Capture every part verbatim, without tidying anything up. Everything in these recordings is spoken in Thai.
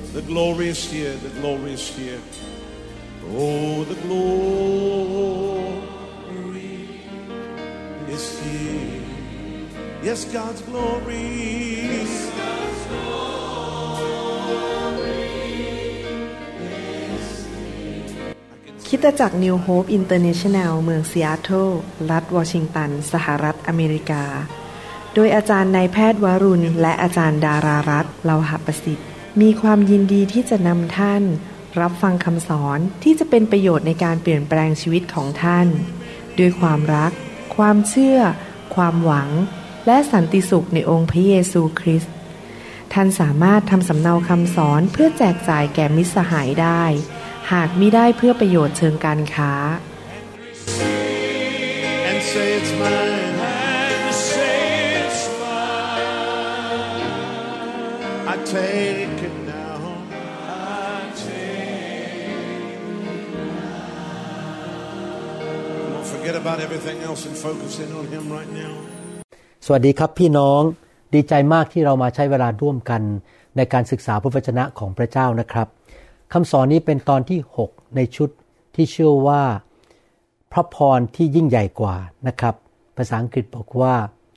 The glory is here. The glory is here. Oh, the glory is here. Yes, God's glory. Yes, God's glory is here. คริสตจักร New Hope International เมืองซีแอตเทิลรัฐวอชิงตันสหรัฐอเมริกาโดยอาจารย์นายแพทย์วรุณและอาจารย์ดารารัตน์เลาหประสิทธิ์มีความยินดีที่จะนำท่านรับฟังคำสอนที่จะเป็นประโยชน์ในการเปลี่ยนแปลงชีวิตของท่านด้วยความรักความเชื่อความหวังและสันติสุขในองค์พระเยซูคริสต์ท่านสามารถทำสำเนาคำสอนเพื่อแจกจ่ายแก่มิตรสหายได้หากมิได้เพื่อประโยชน์เชิงการค้า And say it's mine. And say it's mine. I take it now. I take it now. Don't forget about everything else and focus in on Him right now. สวัสดีครับพี่น้องดีใจมากที่เรามาใช้เวลาร่วมกันในการศึกษาพระวจนะของพระเจ้านะครับคำสอนนี้เป็นตอนที่หกในชุดที่ชื่อว่าพระพรที่ยิ่งใหญ่กว่านะครับภาษาอังกฤษบอกว่า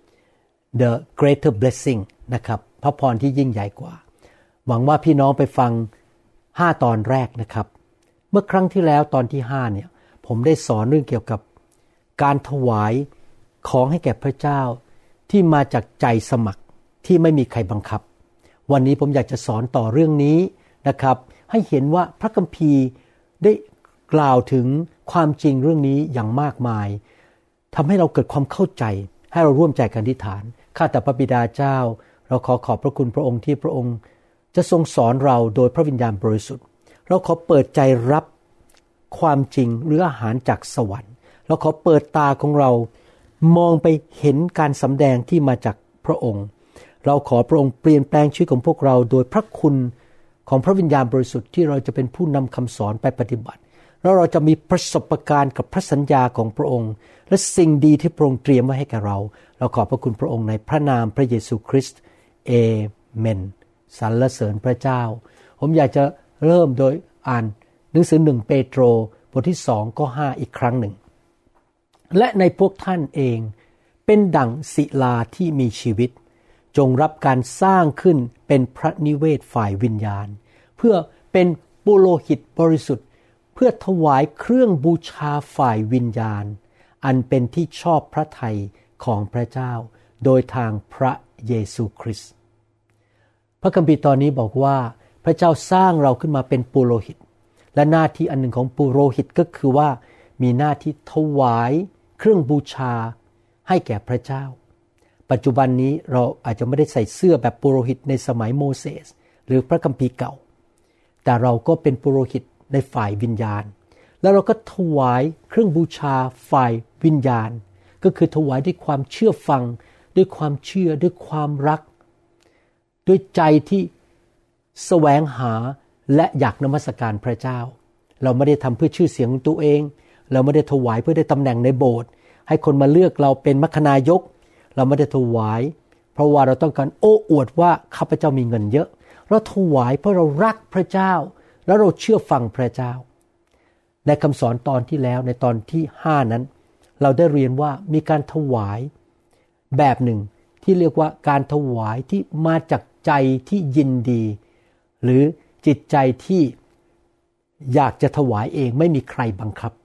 the greater blessing นะครับพระพรที่ยิ่งใหญ่กว่าหวังว่าพี่น้องไปฟังห้าตอนแรกนะครับเมื่อครั้งที่แล้วตอนที่ห้าเนี่ยผมได้สอนเรื่องเกี่ยวกับการถวายของให้แก่พระเจ้าที่มาจากใจสมัครที่ไม่มีใครบังคับวันนี้ผมอยากจะสอนต่อเรื่องนี้นะครับให้เห็นว่าพระคัมภีร์ได้กล่าวถึงความจริงเรื่องนี้อย่างมากมายทำให้เราเกิดความเข้าใจให้เราร่วมใจกันอธิษฐานข้าแต่พระบิดาเจ้าเราขอขอบพระคุณพระองค์ที่พระองค์จะทรงสอนเราโดยพระวิญญาณบริสุทธิ์เราขอเปิดใจรับความจริงหรืออาหารจากสวรรค์เราขอเปิดตาของเรามองไปเห็นการสำแดงที่มาจากพระองค์เราขอพระองค์เปลี่ยนแปลงชีวิตของพวกเราโดยพระคุณของพระวิญญาณบริสุทธิ์ที่เราจะเป็นผู้นำคำสอนไปปฏิบัติแล้วเราจะมีประสบการณ์กับพระสัญญาของพระองค์และสิ่งดีที่พระองค์เตรียมไว้ให้แก่เราเราขอบพระคุณพระองค์ในพระนามพระเยซูคริสต์เอเมนสรรเสริญพระเจ้าผมอยากจะเริ่มโดยอ่านหนังสือหนึ่งเปโตรบทที่สองข้อห้าอีกครั้งหนึ่งและในพวกท่านเองเป็นดั่งศิลาที่มีชีวิตจงรับการสร้างขึ้นเป็นพระนิเวศฝ่ายวิญญาณเพื่อเป็นปุโรหิตบริสุทธิ์เพื่อถวายเครื่องบูชาฝ่ายวิญญาณอันเป็นที่ชอบพระทัยของพระเจ้าโดยทางพระเยซูคริสต์พระคัมภีร์ตอนนี้บอกว่าพระเจ้าสร้างเราขึ้นมาเป็นปุโรหิตและหน้าที่อันหนึ่งของปุโรหิตก็คือว่ามีหน้าที่ถวายเครื่องบูชาให้แก่พระเจ้าปัจจุบันนี้เราอาจจะไม่ได้ใส่เสื้อแบบปุโรหิตในสมัยโมเสสหรือพระคัมภีร์เก่าแต่เราก็เป็นปุโรหิตในฝ่ายวิญญาณแล้วเราก็ถวายเครื่องบูชาฝ่ายวิญญาณก็คือถวายด้วยความเชื่อฟังด้วยความเชื่อด้วยความรักด้วยใจที่แสวงหาและอยากนมัสการพระเจ้าเราไม่ได้ทำเพื่อชื่อเสียงของตัวเองเราไม่ได้ถวายเพื่อได้ตำแหน่งในโบสถ์ให้คนมาเลือกเราเป็นมัคคณายกเราไม่ได้ถวายเพราะว่าเราต้องการโอ้อวดว่าข้าพเจ้ามีเงินเยอะเราถวายเพราะเรารักพระเจ้าแล้วเราเชื่อฟังพระเจ้าในคำสอนตอนที่แล้วในตอนที่ห้านั้นเราได้เรียนว่ามีการถวายแบบหนึ่งที่เรียกว่าการถวายที่มาจากใจที่ยินดีหรือจิตใจที่อยากจะถวายเองไม่มีใครบังคับ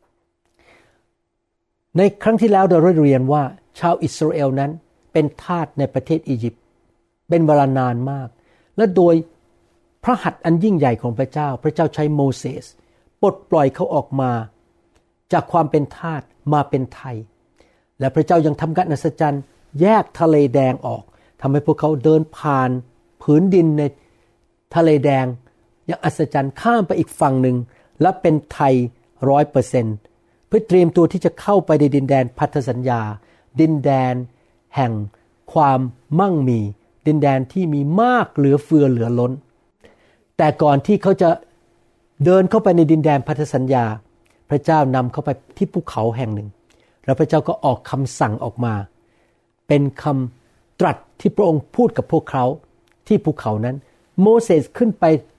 ในครั้งที่แล้วเราได้เรียนว่าชาวอิสราเอลนั้นเป็นทาสในประเทศอียิปต์เป็นเวลานานมากและโดยพระหัตถ์อันยิ่งใหญ่ของพระเจ้าพระเจ้าใช้โมเสสปลดปล่อยเขาออกมาจากความเป็นทาสมาเป็นไทยและพระเจ้ายังทำการอัศจรรย์แยกทะเลแดงออกทำให้พวกเขาเดินผ่านผืนดินในทะเลแดงอย่างอัศจรรย์ข้ามไปอีกฝั่งหนึ่งและเป็นไทย ร้อยเปอร์เซ็นต์ เพื่อเตรียมตัวที่จะเข้าไปในดินแดนพันธสัญญาดินแดนแห่งความมั่งมีดินแดนที่มีมากเหลือเฟือเหลือล้นแต่ก่อนที่เขาจะเดินเข้าไปในดินแดนพันธสัญญาพระเจ้านำเขาไปที่ภูเขาแห่งหนึ่งแล้วพระเจ้าก็ออกคำสั่งออกมาเป็นคำตรัสที่พระองค์พูดกับพวกเขาที่ภูเขานั้นโมเสสขึ้นไป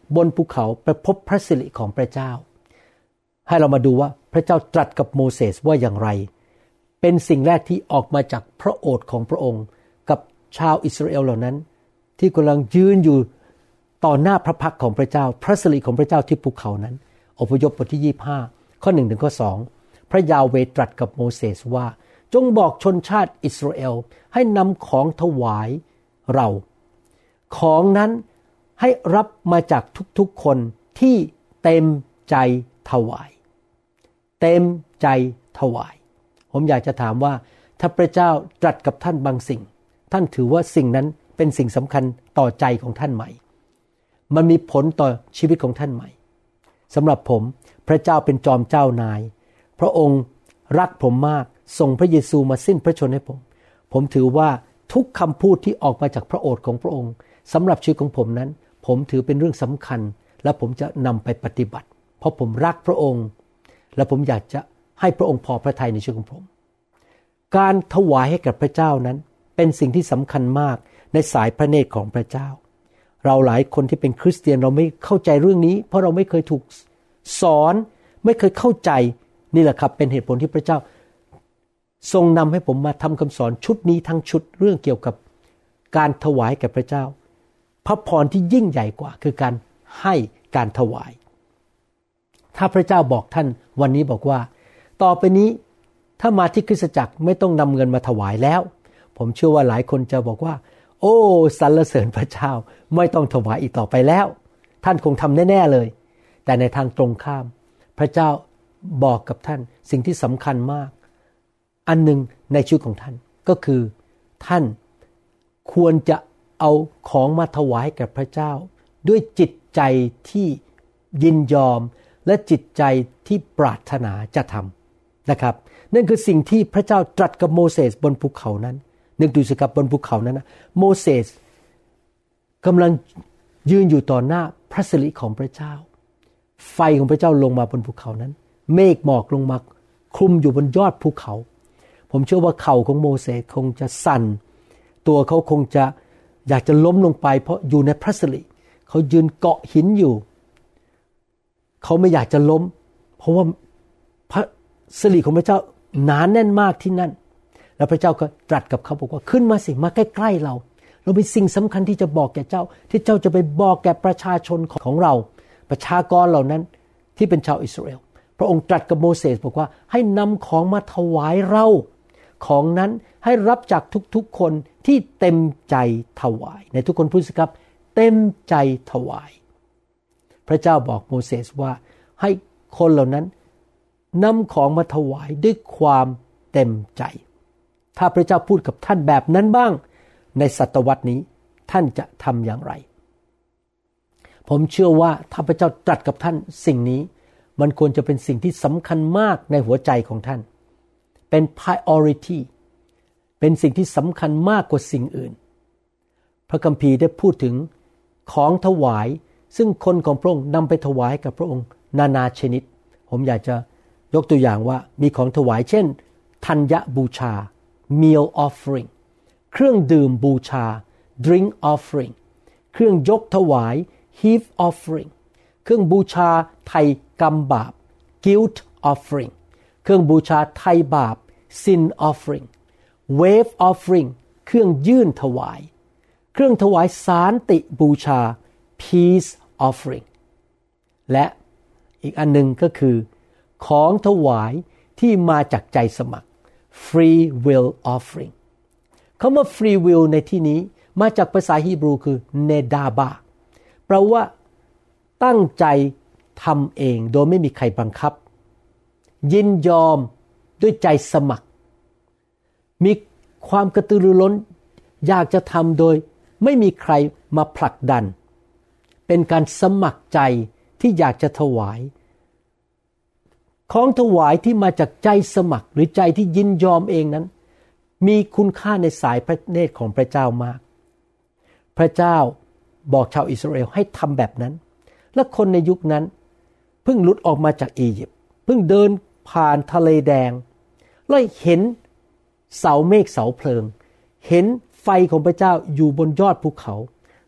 บนภูเขาไปพบพระสิริของพระเจ้าให้เรามาดูว่าพระเจ้าตรัสกับโมเสสว่าอย่างไรเป็นสิ่งแรกที่ออกมาจากพระโอษฐ์ของพระองค์กับชาวอิสราเอลเหล่านั้นที่กำลังยืนอยู่ต่อหน้าพระพักของพระเจ้าพระสิริของพระเจ้าที่ภูเขานั้นอพยพบทที่ยี่สิบห้าข้อหนึ่งถึงข้อสองพระยาเวห์ตรัสกับโมเสสว่าจงบอกชนชาติอิสราเอลให้นำของถวายเราของนั้นให้รับมาจากทุกๆคนที่เต็มใจถวายเต็มใจถวายผมอยากจะถามว่าถ้าพระเจ้าตรัสกับท่านบางสิ่งท่านถือว่าสิ่งนั้นเป็นสิ่งสำคัญต่อใจของท่านไหมมันมีผลต่อชีวิตของท่านไหมสำหรับผมพระเจ้าเป็นจอมเจ้านายพระองค์รักผมมากส่งพระเยซูมาสิ้นพระชนให้ผมผมถือว่าทุกคำพูดที่ออกมาจากพระโอษฐ์ของพระองค์สำหรับชีวิตของผมนั้นผมถือเป็นเรื่องสำคัญและผมจะนำไปปฏิบัติเพราะผมรักพระองค์และผมอยากจะให้พระองค์พอพระทัยในชีวิตของผมการถวายให้กับพระเจ้านั้นเป็นสิ่งที่สำคัญมากในสายพระเนตรของพระเจ้าเราหลายคนที่เป็นคริสเตียนเราไม่เข้าใจเรื่องนี้เพราะเราไม่เคยถูกสอนไม่เคยเข้าใจนี่แหละครับเป็นเหตุผลที่พระเจ้าทรงนำให้ผมมาทำคำสอนชุดนี้ทั้งชุดเรื่องเกี่ยวกับการถวายแก่พระเจ้าพระพรที่ยิ่งใหญ่กว่าคือการให้การถวายถ้าพระเจ้าบอกท่านวันนี้บอกว่าต่อไปนี้ถ้ามาที่คริสตจักรไม่ต้องนำเงินมาถวายแล้วผมเชื่อว่าหลายคนจะบอกว่าโอ้สรรเสริญพระเจ้าไม่ต้องถวายอีกต่อไปแล้วท่านคงทำแน่ๆเลยแต่ในทางตรงข้ามพระเจ้าบอกกับท่านสิ่งที่สำคัญมากอันหนึ่งในชีวิตของท่านก็คือท่านควรจะเอาของมาถวายแก่พระเจ้าด้วยจิตใจที่ยินยอมและจิตใจที่ปรารถนาจะทำนะครับนั่นคือสิ่งที่พระเจ้าตรัสกับโมเสสบนภูเขานั้นนึกดูสิครับบนภูเขานั้นนะโมเสสกำลังยืนอยู่ต่อหน้าพระสิริของพระเจ้าไฟของพระเจ้าลงมาบนภูเขานั้นเมฆหมอกลงมาคลุมอยู่บนยอดภูเขาผมเชื่อว่าเข่าของโมเสสคงจะสั่นตัวเขาคงจะอยากจะล้มลงไปเพราะอยู่ในพระสิริเขายืนเกาะหินอยู่เขาไม่อยากจะล้มเพราะว่าพระสิริของพระเจ้าหนาแน่นมากที่นั่นแล้วพระเจ้าก็ตรัสกับเขาบอกว่าขึ้นมาสิมาใกล้ๆเราเรามีสิ่งสำคัญที่จะบอกแก่เจ้าที่เจ้าจะไปบอกแก่ประชาชนของเราประชากรเหล่านั้นที่เป็นชาวอิสราเอลพระองค์ตรัสกับโมเสสบอกว่าให้นำของมาถวายเราของนั้นให้รับจากทุกๆคนที่เต็มใจถวายในทุกคนพูดสิครับเต็มใจถวายพระเจ้าบอกโมเสสว่าให้คนเหล่านั้นนำของมาถวายด้วยความเต็มใจถ้าพระเจ้าพูดกับท่านแบบนั้นบ้างในศตวรรษนี้ท่านจะทำอย่างไรผมเชื่อว่าถ้าพระเจ้าตรัสกับท่านสิ่งนี้มันควรจะเป็นสิ่งที่สำคัญมากในหัวใจของท่านเป็น priority เป็นสิ่งที่สำคัญมากกว่าสิ่งอื่นพระคัมภีร์ได้พูดถึงของถวายซึ่งคนของพระองค์นำไปถวายกับพระองค์นานาชนิดผมอยากจะยกตัวอย่างว่ามีของถวายเช่นธัญบูชา meal offering เครื่องดื่มบูชา drink offering เครื่องยกถวาย heave offering เครื่องบูชาไถ่กรรมบาป guilt offering เครื่องบูชาไถ่บาป sin offering wave offering เครื่องยื่นถวายเครื่องถวายสานติบูชา peace offering และอีกอันนึงก็คือของถวายที่มาจากใจสมัคร free will offering คำว่า free will ในที่นี้มาจากภาษาฮีบรูคือ nedaba แปลว่าตั้งใจทำเองโดยไม่มีใครบังคับยินยอมด้วยใจสมัครมีความกระตือรือร้นอยากจะทำโดยไม่มีใครมาผลักดันเป็นการสมัครใจที่อยากจะถวายของถวายที่มาจากใจสมัครหรือใจที่ยินยอมเองนั้นมีคุณค่าในสายพระเนตรของพระเจ้ามากพระเจ้าบอกชาวอิสราเอลให้ทำแบบนั้นและคนในยุคนั้นเพิ่งหลุดออกมาจากอียิปต์เพิ่งเดินผ่านทะเลแดงแล้วเห็นเสาเมฆเสาเพลิงเห็นไฟของพระเจ้าอยู่บนยอดภูเขา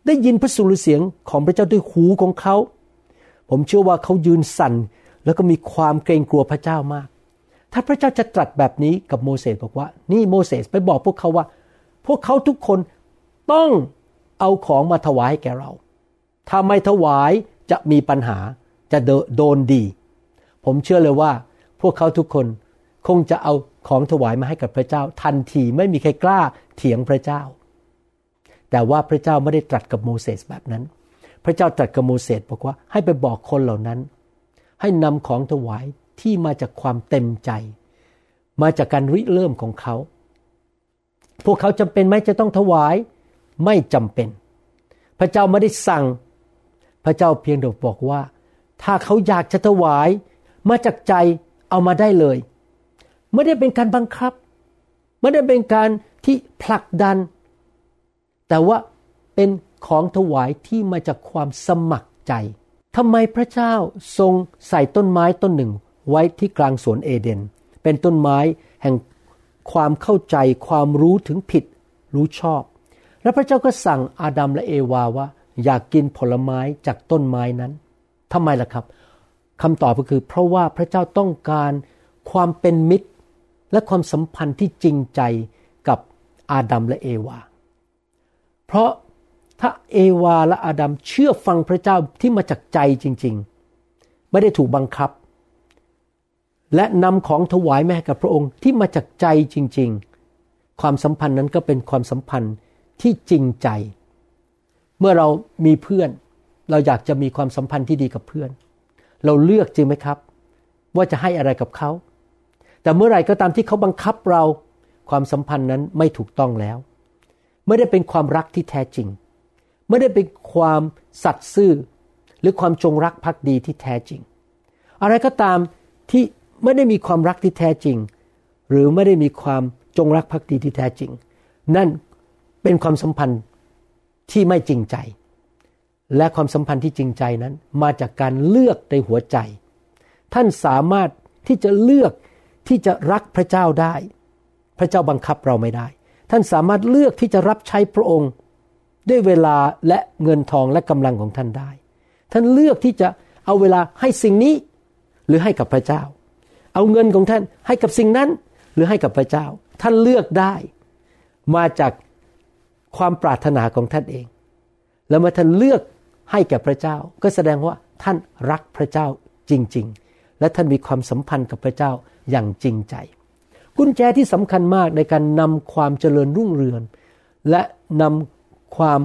ได้ยินพระสุรเสียงของพระเจ้าด้วยหูของเขาผมเชื่อว่าเขายืนสั่นแล้วก็มีความเกรงกลัวพระเจ้ามากถ้าพระเจ้าจะตรัสแบบนี้กับโมเสสบอกว่านี่โมเสสไปบอกพวกเขาว่าพวกเขาทุกคนต้องเอาของมาถวายให้แก่เราถ้าไม่ถวายจะมีปัญหาจะโดนดีผมเชื่อเลยว่าพวกเขาทุกคนคงจะเอาของถวายมาให้กับพระเจ้าทันทีไม่มีใครกล้าเถียงพระเจ้าแต่ว่าพระเจ้าไม่ได้ตรัสกับโมเสสแบบนั้นพระเจ้าตรัสกับโมเสสบอกว่าให้ไปบอกคนเหล่านั้นให้นำของถวายที่มาจากความเต็มใจมาจากการริเริ่มของเขาพวกเขาจำเป็นไหมจะต้องถวายไม่จำเป็นพระเจ้าไม่ได้สั่งพระเจ้าเพียงแต่บอกว่าถ้าเขาอยากจะถวายมาจากใจเอามาได้เลยไม่ได้เป็นการบังคับไม่ได้เป็นการที่ผลักดันแต่ว่าเป็นของถวายที่มาจากความสมัครใจทำไมพระเจ้าทรงใส่ต้นไม้ต้นหนึ่งไว้ที่กลางสวนเอเดนเป็นต้นไม้แห่งความเข้าใจความรู้ถึงผิดรู้ชอบแล้วพระเจ้าก็สั่งอาดัมและเอวาว่าอยากกินผลไม้จากต้นไม้นั้นทำไมล่ะครับคำตอบก็คือเพราะว่าพระเจ้าต้องการความเป็นมิตรและความสัมพันธ์ที่จริงใจกับอาดัมและเอวาเพราะถ้าเอวาและอาดัมเชื่อฟังพระเจ้าที่มาจากใจจริงๆไม่ได้ถูกบังคับและนำของถวายแม่กับพระองค์ที่มาจากใจจริงๆความสัมพันธ์นั้นก็เป็นความสัมพันธ์ที่จริงใจเมื่อเรามีเพื่อนเราอยากจะมีความสัมพันธ์ที่ดีกับเพื่อนเราเลือกจริงไหมครับว่าจะให้อะไรกับเขาแต่เมื่อไหร่ก็ตามที่เขาบังคับเราความสัมพันธ์นั้นไม่ถูกต้องแล้วไม่ได้เป็นความรักที่แท้จริงไม่ได้เป็นความสัตย์ซื่อหรือความจงรักภักดีที่แท้จริงอะไรก็ตามที่ไม่ได้มีความรักที่แท้จริงหรือไม่ได้มีความจงรักภักดีที่แท้จริงนั่นเป็นความสัมพันธ์ที่ไม่จริงใจและความสัมพันธ์ที่จริงใจนั้นมาจากการเลือกในหัวใจท่านสามารถที่จะเลือกที่จะรักพระเจ้าได้พระเจ้าบังคับเราไม่ได้ท่านสามารถเลือกที่จะรับใช้พระองค์ด้วยเวลาและเงินทองและกำลังของท่านได้ท่านเลือกที่จะเอาเวลาให้สิ่งนี้หรือให้กับพระเจ้าเอาเงินของท่านให้กับสิ่งนั้นหรือให้กับพระเจ้าท่านเลือกได้มาจากความปรารถนาของท่านเองแล้วเมื่อท่านเลือกให้แก่พระเจ้าก็แสดงว่าท่านรักพระเจ้าจริงๆและท่านมีความสัมพันธ์กับพระเจ้าอย่างจริงใจกุญแจที่สำคัญมากในการนำความเจริญรุ่งเรืองและนำความ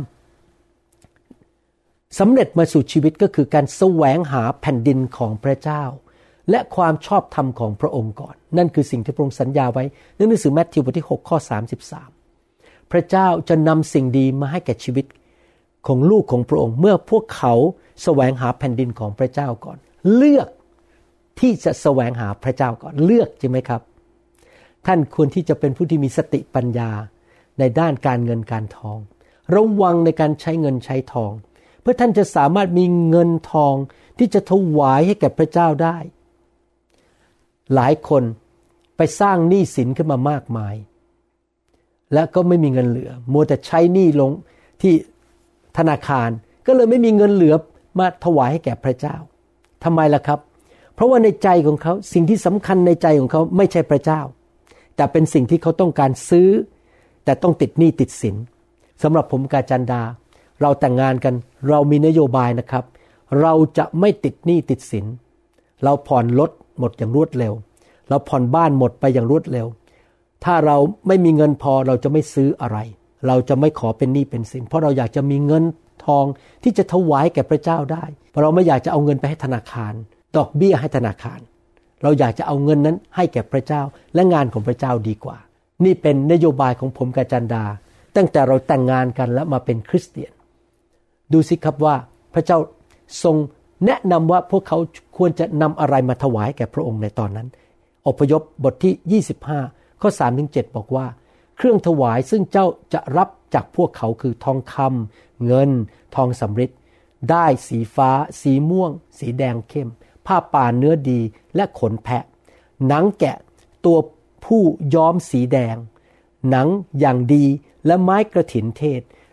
สำเร็จมาสู่ชีวิตก็คือการแสวงหาแผ่นดินของพระเจ้าและความชอบธรรมของพระองค์ก่อนนั่นคือสิ่งที่พระองค์สัญญาไว้ในหนังสือมัทธิวบทที่หกข้อสามสิบสามพระเจ้าจะนำสิ่งดีมาให้แก่ชีวิตของลูกของพระองค์เมื่อพวกเขาแสวงหาแผ่นดินของพระเจ้าก่อนเลือกที่จะแสวงหาพระเจ้าก่อนเลือกใช่ไหมครับท่านควรที่จะเป็นผู้ที่มีสติปัญญาในด้านการเงินการทองระวังในการใช้เงินใช้ทองเพื่อท่านจะสามารถมีเงินทองที่จะถวายให้แก่พระเจ้าได้หลายคนไปสร้างหนี้สินขึ้นมามากมายและก็ไม่มีเงินเหลือมัวแต่ใช้หนี้ลงที่ธนาคารก็เลยไม่มีเงินเหลือมาถวายให้แก่พระเจ้าทำไมล่ะครับเพราะว่าในใจของเขาสิ่งที่สำคัญในใจของเขาไม่ใช่พระเจ้าแต่เป็นสิ่งที่เขาต้องการซื้อแต่ต้องติดหนี้ติดสินสำหรับผมกาจันดาเราแต่งงานกันเรามีนโยบายนะครับเราจะไม่ติดหนี้ติดสินเราผ่อนรถหมดอย่างรวดเร็วเราผ่อนบ้านหมดไปอย่างรวดเร็วถ้าเราไม่มีเงินพอเราจะไม่ซื้ออะไรเราจะไม่ขอเป็นหนี้เป็นสินเพราะเราอยากจะมีเงินทองที่จะถวายแก่พระเจ้าได้เพราะเราไม่อยากจะเอาเงินไปให้ธนาคารดอกเบี้ยให้ธนาคารเราอยากจะเอาเงินนั้นให้แก่พระเจ้าและงานของพระเจ้าดีกว่านี่เป็นนโยบายของผมกับจันดาตั้งแต่เราแต่งงานกันและมาเป็นคริสเตียนดูสิครับว่าพระเจ้าทรงแนะนำว่าพวกเขาควรจะนำอะไรมาถวายแก่พระองค์ในตอนนั้นอพยพบทที่ยี่สิบห้าข้อสามถึงเจ็ดบอกว่าเครื่องถวายซึ่งเจ้าจะรับจากพวกเขาคือทองคำเงินทองสำริดได้สีฟ้าสีม่วงสีแดงเข้มผ้าป่าเนื้อดีและขนแพะหนังแกะตัวผู้ย้อมสีแดงหนังอย่างดีและไม้กระถินเทศ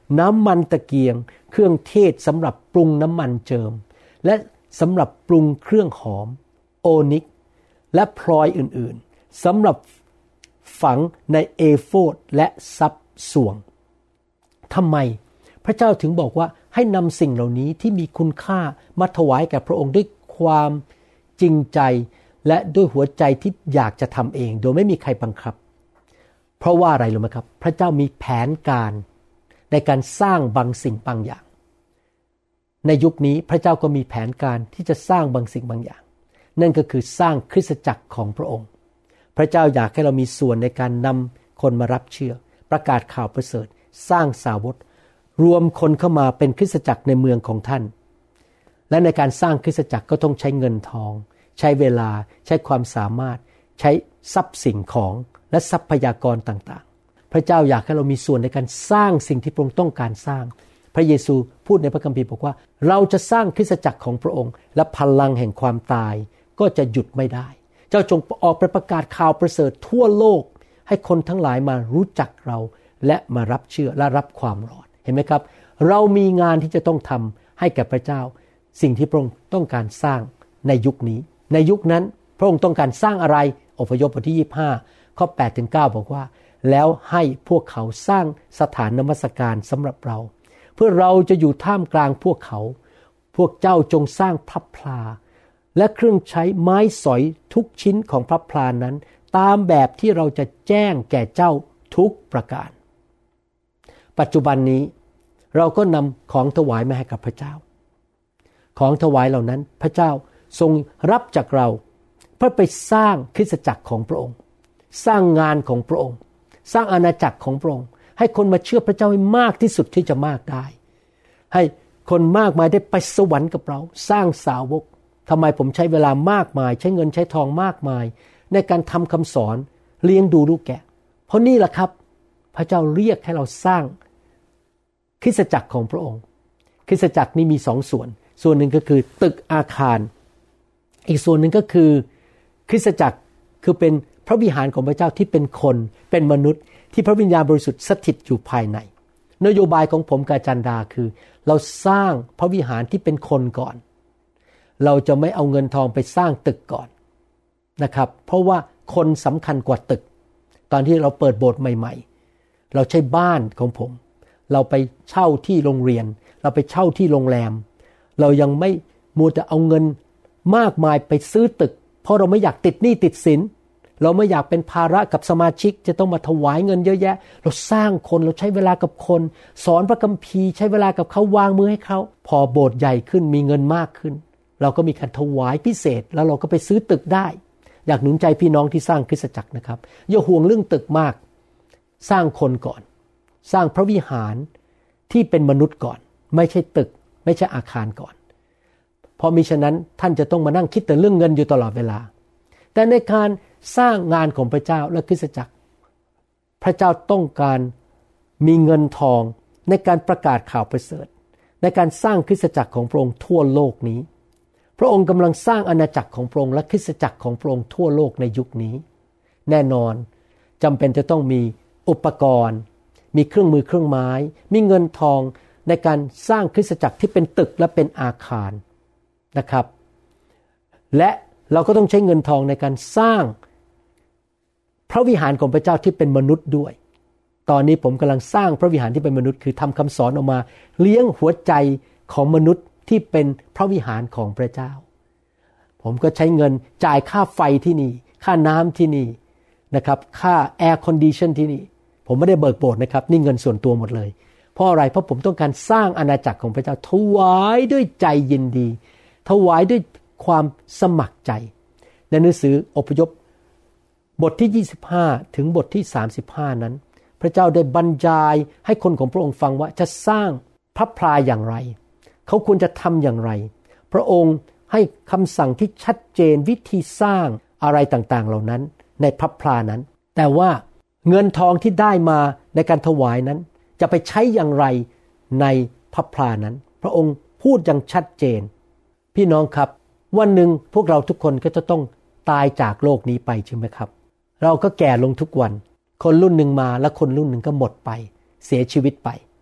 น้ำมันตะเกียงเครื่องเทศสำหรับปรุงน้ำมันเจิมและสำหรับปรุงเครื่องหอมโอนิกและพลอยอื่นๆสำหรับฝังในเอโฟดและซับสวงทำไมพระเจ้าถึงบอกว่าให้นำสิ่งเหล่านี้ที่มีคุณค่ามาถวายแก่พระองค์ด้วยความจริงใจและด้วยหัวใจที่อยากจะทำเองโดยไม่มีใครบังคับเพราะว่าอะไรรู้ไหมครับพระเจ้ามีแผนการในการสร้างบางสิ่งบางอย่างในยุคนี้พระเจ้าก็มีแผนการที่จะสร้างบางสิ่งบางอย่างนั่นก็คือสร้างคริสตจักรของพระองค์พระเจ้าอยากให้เรามีส่วนในการนำคนมารับเชื่อประกาศข่าวประเสริฐสร้างสาวกรวมคนเข้ามาเป็นคริสตจักรในเมืองของท่านและในการสร้างคริสตจักรก็ต้องใช้เงินทองใช้เวลาใช้ความสามารถใช้ทรัพย์สิ่งของและทรัพยากรต่างๆพระเจ้าอยากให้เรามีส่วนในการสร้างสิ่งที่พระองค์ต้องการสร้างพระเยซูพูดในพระคัมภีร์บอกว่าเราจะสร้างคริสตจักรของพระองค์และพลังแห่งความตายก็จะหยุดไม่ได้เจ้าจงออกไปประกาศข่าวประเสริฐทั่วโลกให้คนทั้งหลายมารู้จักเราและมารับเชื่อและรับความรอดเห็นไหมครับเรามีงานที่จะต้องทำให้แก่พระเจ้าสิ่งที่พระองค์ต้องการสร้างในยุคนี้ในยุคนั้นพระองค์ต้องการสร้างอะไรอพยพบทที่ยี่สิบห้าข้อแปดถึงเก้าบอกว่าแล้วให้พวกเขาสร้างสถานนมัสการสำหรับเราเพื่อเราจะอยู่ท่ามกลางพวกเขาพวกเจ้าจงสร้างพระพลาและเครื่องใช้ไม้สอยทุกชิ้นของพระพลานั้นตามแบบที่เราจะแจ้งแก่เจ้าทุกประการปัจจุบันนี้เราก็นำของถวายมาให้กับพระเจ้าของถวายเหล่านั้นพระเจ้าทรงรับจากเราเพื่อไปสร้างคริสตจักรของพระองค์สร้างงานของพระองค์สร้างอาณาจักรของพระองค์ให้คนมาเชื่อพระเจ้าให้มากที่สุดที่จะมากได้ให้คนมากมายได้ไปสวรรค์กับเราสร้างสาวกทำไมผมใช้เวลามากมายใช้เงินใช้ทองมากมายในการทำคำสอนเลี้ยงดูลูกแกะเพราะนี่แหละครับพระเจ้าเรียกให้เราสร้างคริสตจักรของพระองค์คริสตจักรนี้มีสองส่วนส่วนหนึ่งก็คือตึกอาคารอีกส่วนหนึ่งก็คือคริสตจักรคือเป็นพระวิหารของพระเจ้าที่เป็นคนเป็นมนุษย์ที่พระวิญญาณบริสุทธิ์สถิตอยู่ภายในนโยบายของผมกับอาจารย์ดาคือเราสร้างพระวิหารที่เป็นคนก่อนเราจะไม่เอาเงินทองไปสร้างตึกก่อนนะครับเพราะว่าคนสำคัญกว่าตึกตอนที่เราเปิดโบสถ์ใหม่ๆเราใช้บ้านของผมเราไปเช่าที่โรงเรียนเราไปเช่าที่โรงแรมเรายังไม่มัวแต่เอาเงินมากมายไปซื้อตึกเพราะเราไม่อยากติดหนี้ติดสินเราไม่อยากเป็นภาระกับสมาชิกจะต้องมาถวายเงินเยอะแยะเราสร้างคนเราใช้เวลากับคนสอนพระคัมภีร์ใช้เวลากับเขาวางมือให้เขาพอโบสถ์ใหญ่ขึ้นมีเงินมากขึ้นเราก็มีการถวายพิเศษแล้วเราก็ไปซื้อตึกได้อยากหนุนใจพี่น้องที่สร้างคริสตจักรนะครับอย่าห่วงเรื่องตึกมากสร้างคนก่อนสร้างพระวิหารที่เป็นมนุษย์ก่อนไม่ใช่ตึกไม่ใช่อาคารก่อนเพราะมิฉะนั้นท่านจะต้องมานั่งคิดแต่เรื่องเงินอยู่ตลอดเวลาแต่ในการสร้างงานของพระเจ้าและคริสตจักรพระเจ้าต้องการมีเงินทองในการประกาศข่าวประเสริฐในการสร้างคริสตจักรของพระองค์ทั่วโลกนี้พระองค์กำลังสร้างอาณาจักรของพระองค์และคริสตจักรของพระองค์ทั่วโลกในยุคนี้แน่นอนจำเป็นจะต้องมีอุปกรณ์มีเครื่องมือเครื่องไม้มีเงินทองในการสร้างคริสตจักรที่เป็นตึกและเป็นอาคารนะครับและเราก็ต้องใช้เงินทองในการสร้างพระวิหารของพระเจ้าที่เป็นมนุษย์ด้วยตอนนี้ผมกำลังสร้างพระวิหารที่เป็นมนุษย์คือทำคำสอนออกมาเลี้ยงหัวใจของมนุษย์ที่เป็นพระวิหารของพระเจ้าผมก็ใช้เงินจ่ายค่าไฟที่นี่ค่าน้ำที่นี่นะครับค่าแอร์คอนดิชันที่นี่ผมไม่ได้เบิกโบสถ์นะครับนี่เงินส่วนตัวหมดเลยเพราะอะไรเพราะผมต้องการสร้างอาณาจักรของพระเจ้าถวายด้วยใจยินดีถวายด้วยความสมัครใจในหนังสืออพยพบทที่ยี่สิบห้าถึงบทที่สามสิบห้านั้นพระเจ้าได้บรรยายให้คนของพระองค์ฟังว่าจะสร้างพระพลาอย่างไรเขาควรจะทำอย่างไรพระองค์ให้คำสั่งที่ชัดเจนวิธีสร้างอะไรต่างๆเหล่านั้นในพระพลานั้นแต่ว่าเงินทองที่ได้มาในการถวายนั้นจะไปใช้อย่างไรในพระพลานั้นพระองค์พูดอย่างชัดเจนพี่น้องครับวันหนึ่งพวกเราทุกคนก็จะต้องตายจากโลกนี้ไปใช่ไหมครับเราก็แก่ลงทุกวันคนรุ่นหนึ่งมาแล้วคนรุ่นหนึ่งก็หมดไปเสียชีวิตไป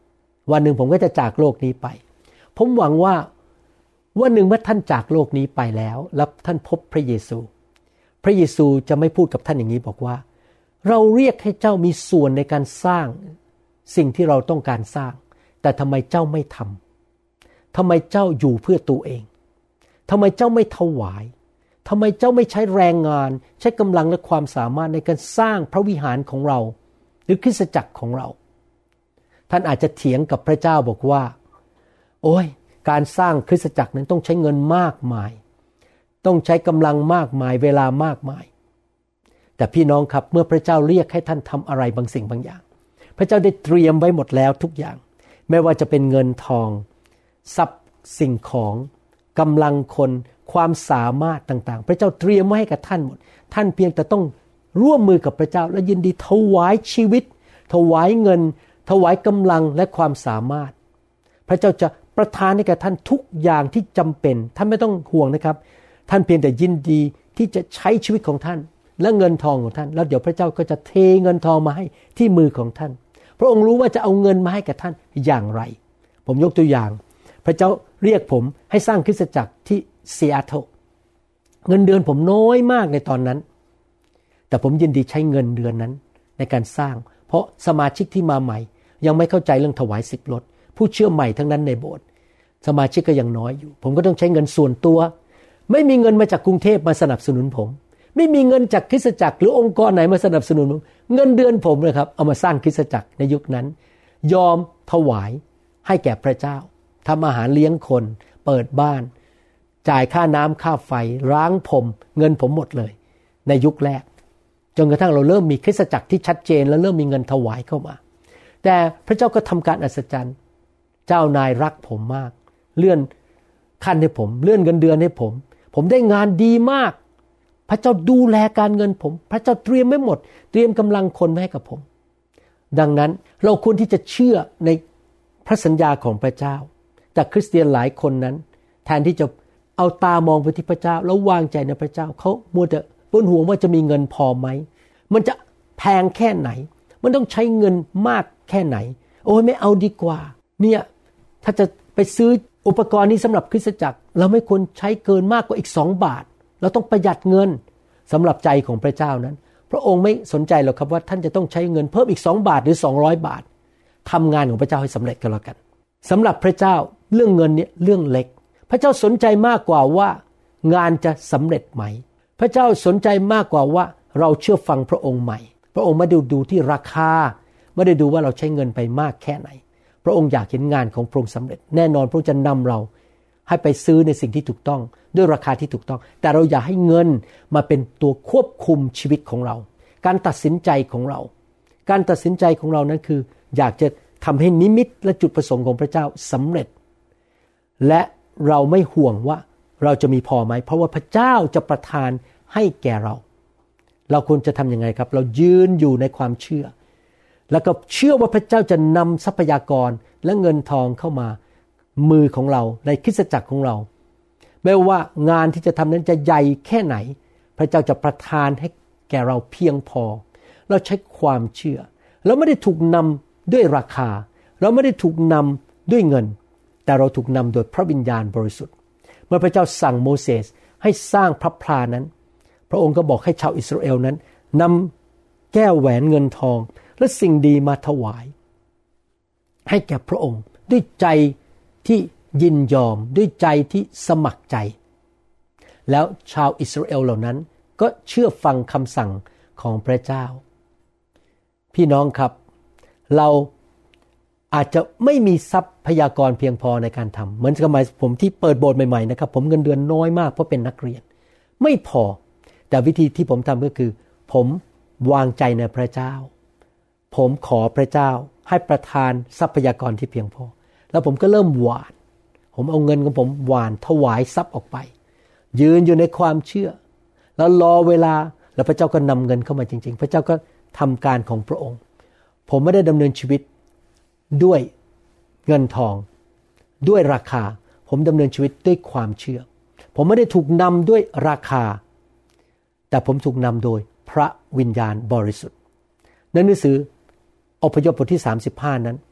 วันหนึ่งผมก็จะจากโลกนี้ไปผมหวังว่าวันหนึ่งเมื่อท่านจากโลกนี้ไปแล้วแล้วท่านพบพระเยซูพระเยซูจะไม่พูดกับท่านอย่างนี้บอกว่าเราเรียกให้เจ้ามีส่วนในการสร้างสิ่งที่เราต้องการสร้างแต่ทำไมเจ้าไม่ทำทำไมเจ้าอยู่เพื่อตัวเองทำไมเจ้าไม่ถวายทำไมเจ้าไม่ใช้แรงงานใช้กำลังและความสามารถในการสร้างพระวิหารของเราหรือคริสตจักรของเราท่านอาจจะเถียงกับพระเจ้าบอกว่าโอ้ยการสร้างคริสตจักรนั้นต้องใช้เงินมากมายต้องใช้กำลังมากมายเวลามากมายแต่พี่น้องครับเมื่อพระเจ้าเรียกให้ท่านทำอะไรบางสิ่งบางอย่างพระเจ้าได้เตรียมไว้หมดแล้วทุกอย่างไม่ว่าจะเป็นเงินทองทรัพย์สิ่งของกำลังคนความสามารถต่างๆพระเจ้าเตรียมไว้ให้กับท่านหมดท่านเพียงแต่ต้องร่วมมือกับพระเจ้าและยินดีถวายชีวิตถวายเงินถวายกำลังและความสามารถพระเจ้าจะประทานให้กับท่านทุกอย่างที่จำเป็นท่านไม่ต้องห่วงนะครับท่านเพียงแต่ยินดีที่จะใช้ชีวิตของท่านและเงินทองของท่านแล้วเดี๋ยวพระเจ้าก็จะเทเงินทองมาให้ที่มือของท่านพระองค์รู้ว่าจะเอาเงินมาให้กับท่านอย่างไรผมยกตัวอย่างพระเจ้าเรียกผมให้สร้างคริสตจักรที่ซีแอตเทิลเงินเดือนผมน้อยมากในตอนนั้นแต่ผมยินดีใช้เงินเดือนนั้นในการสร้างเพราะสมาชิกที่มาใหม่ยังไม่เข้าใจเรื่องถวายสิบลดผู้เชื่อใหม่ทั้งนั้นในโบสถ์สมาชิกก็ยังน้อยอยู่ผมก็ต้องใช้เงินส่วนตัวไม่มีเงินมาจากกรุงเทพมาสนับสนุนผมไม่มีเงินจากคริสตจักรหรือองค์กรไหนมาสนับสนุนผมเงินเดือนผมเลยครับเอามาสร้างคริสตจักรในยุคนั้นยอมถวายให้แก่พระเจ้าทำอาหารเลี้ยงคนเปิดบ้านจ่ายค่าน้ำค่าไฟล้างผมเงินผมหมดเลยในยุคแรกจนกระทั่งเราเริ่มมีคริสตจักรที่ชัดเจนแล้วเริ่มมีเงินถวายเข้ามาแต่พระเจ้าก็ทำการอัศจรรย์เจ้านายรักผมมากเลื่อนขั้นให้ผมเลื่อนเงินเดือนให้ผมผมได้งานดีมากพระเจ้าดูแลการเงินผมพระเจ้าเตรียมไว้หมดเตรียมกำลังคนมาให้กับผมดังนั้นเราควรที่จะเชื่อในพระสัญญาของพระเจ้าแต่คริสเตียนหลายคนนั้นแทนที่จะเอาตามองไปที่พระเจ้าแล้ววางใจในพระเจ้าเขามัวแต่เป็นห่วงว่าจะมีเงินพอไหมมันจะแพงแค่ไหนมันต้องใช้เงินมากแค่ไหนโอ้ยไม่เอาดีกว่าเนี่ยถ้าจะไปซื้ออุปกรณ์นี้สำหรับคริสตจักรเราไม่ควรใช้เกินมากกว่าอีกสองบาทเราต้องประหยัดเงินสำหรับใจของพระเจ้านั้นพระองค์ไม่สนใจหรอกครับว่าท่านจะต้องใช้เงินเพิ่มอีกสองบาทหรือสองร้อยบาททำงานของพระเจ้าให้สำเร็จกันแล้วกันสำหรับพระเจ้าเรื่องเงินเนี่ยเรื่องเล็กพระเจ้าสนใจมากกว่าว่างานจะสำเร็จไหมพระเจ้าสนใจมากกว่าว่าเราเชื่อฟังพระองค์ใหม่พระองค์ไม่ได้ดูที่ราคาไม่ได้ดูว่าเราใช้เงินไปมากแค่ไหนพระองค์อยากเห็นงานของพระองค์สำเร็จแน่นอนพระองค์จะนำเราให้ไปซื้อในสิ่งที่ถูกต้องด้วยราคาที่ถูกต้องแต่เราอย่าให้เงินมาเป็นตัวควบคุมชีวิตของเราการตัดสินใจของเราการตัดสินใจของเรานั้นคืออยากจะทำให้นิมิตและจุดประสงค์ของพระเจ้าสำเร็จและเราไม่ห่วงว่าเราจะมีพอไหมเพราะว่าพระเจ้าจะประทานให้แก่เราเราควรจะทำยังไงครับเรายืนอยู่ในความเชื่อแล้วก็เชื่อว่าพระเจ้าจะนำทรัพยากรและเงินทองเข้ามามือของเราในคริสตจักรของเราไม่ว่างานที่จะทำนั้นจะใหญ่แค่ไหนพระเจ้าจะประทานให้แก่เราเพียงพอเราใช้ความเชื่อเราไม่ได้ถูกนำด้วยราคาเราไม่ได้ถูกนำด้วยเงินแต่เราถูกนำโดยพระวิญญาณบริสุทธิ์เมื่อพระเจ้าสั่งโมเสสให้สร้างพระพลานั้นพระองค์ก็บอกให้ชาวอิสราเอลนั้นนำแก้วแหวนเงินทองและสิ่งดีมาถวายให้แก่พระองค์ด้วยใจที่ยินยอมด้วยใจที่สมัครใจแล้วชาวอิสราเอลเหล่านั้นก็เชื่อฟังคำสั่งของพระเจ้าพี่น้องครับเราอาจจะไม่มีทรัพยากรเพียงพอในการทำเหมือนสมัยผมที่เปิดโบสถ์ใหม่ๆนะครับผมเงินเดือนน้อยมากเพราะเป็นนักเรียนไม่พอแต่วิธีที่ผมทำก็คือผมวางใจในพระเจ้าผมขอพระเจ้าให้ประทานทรัพยากรที่เพียงพอแล้วผมก็เริ่มหว่านผมเอาเงินของผมหว่านถวายทรัพย์ออกไปยืนอยู่ในความเชื่อแล้วรอเวลาแล้วพระเจ้าก็นำเงินเข้ามาจริงๆพระเจ้าก็ทำการของพระองค์ผมไม่ได้ดำเนินชีวิตด้วยเงินทองด้วยราคาผมดำเนินชีวิตด้วยความเชื่อผมไม่ได้ถูกนำด้วยราคาแต่ผมถูกนำโดยพระวิญญาณบริสุทธิ์ในหนังสืออพยพบทที่สามสิบห้านั้น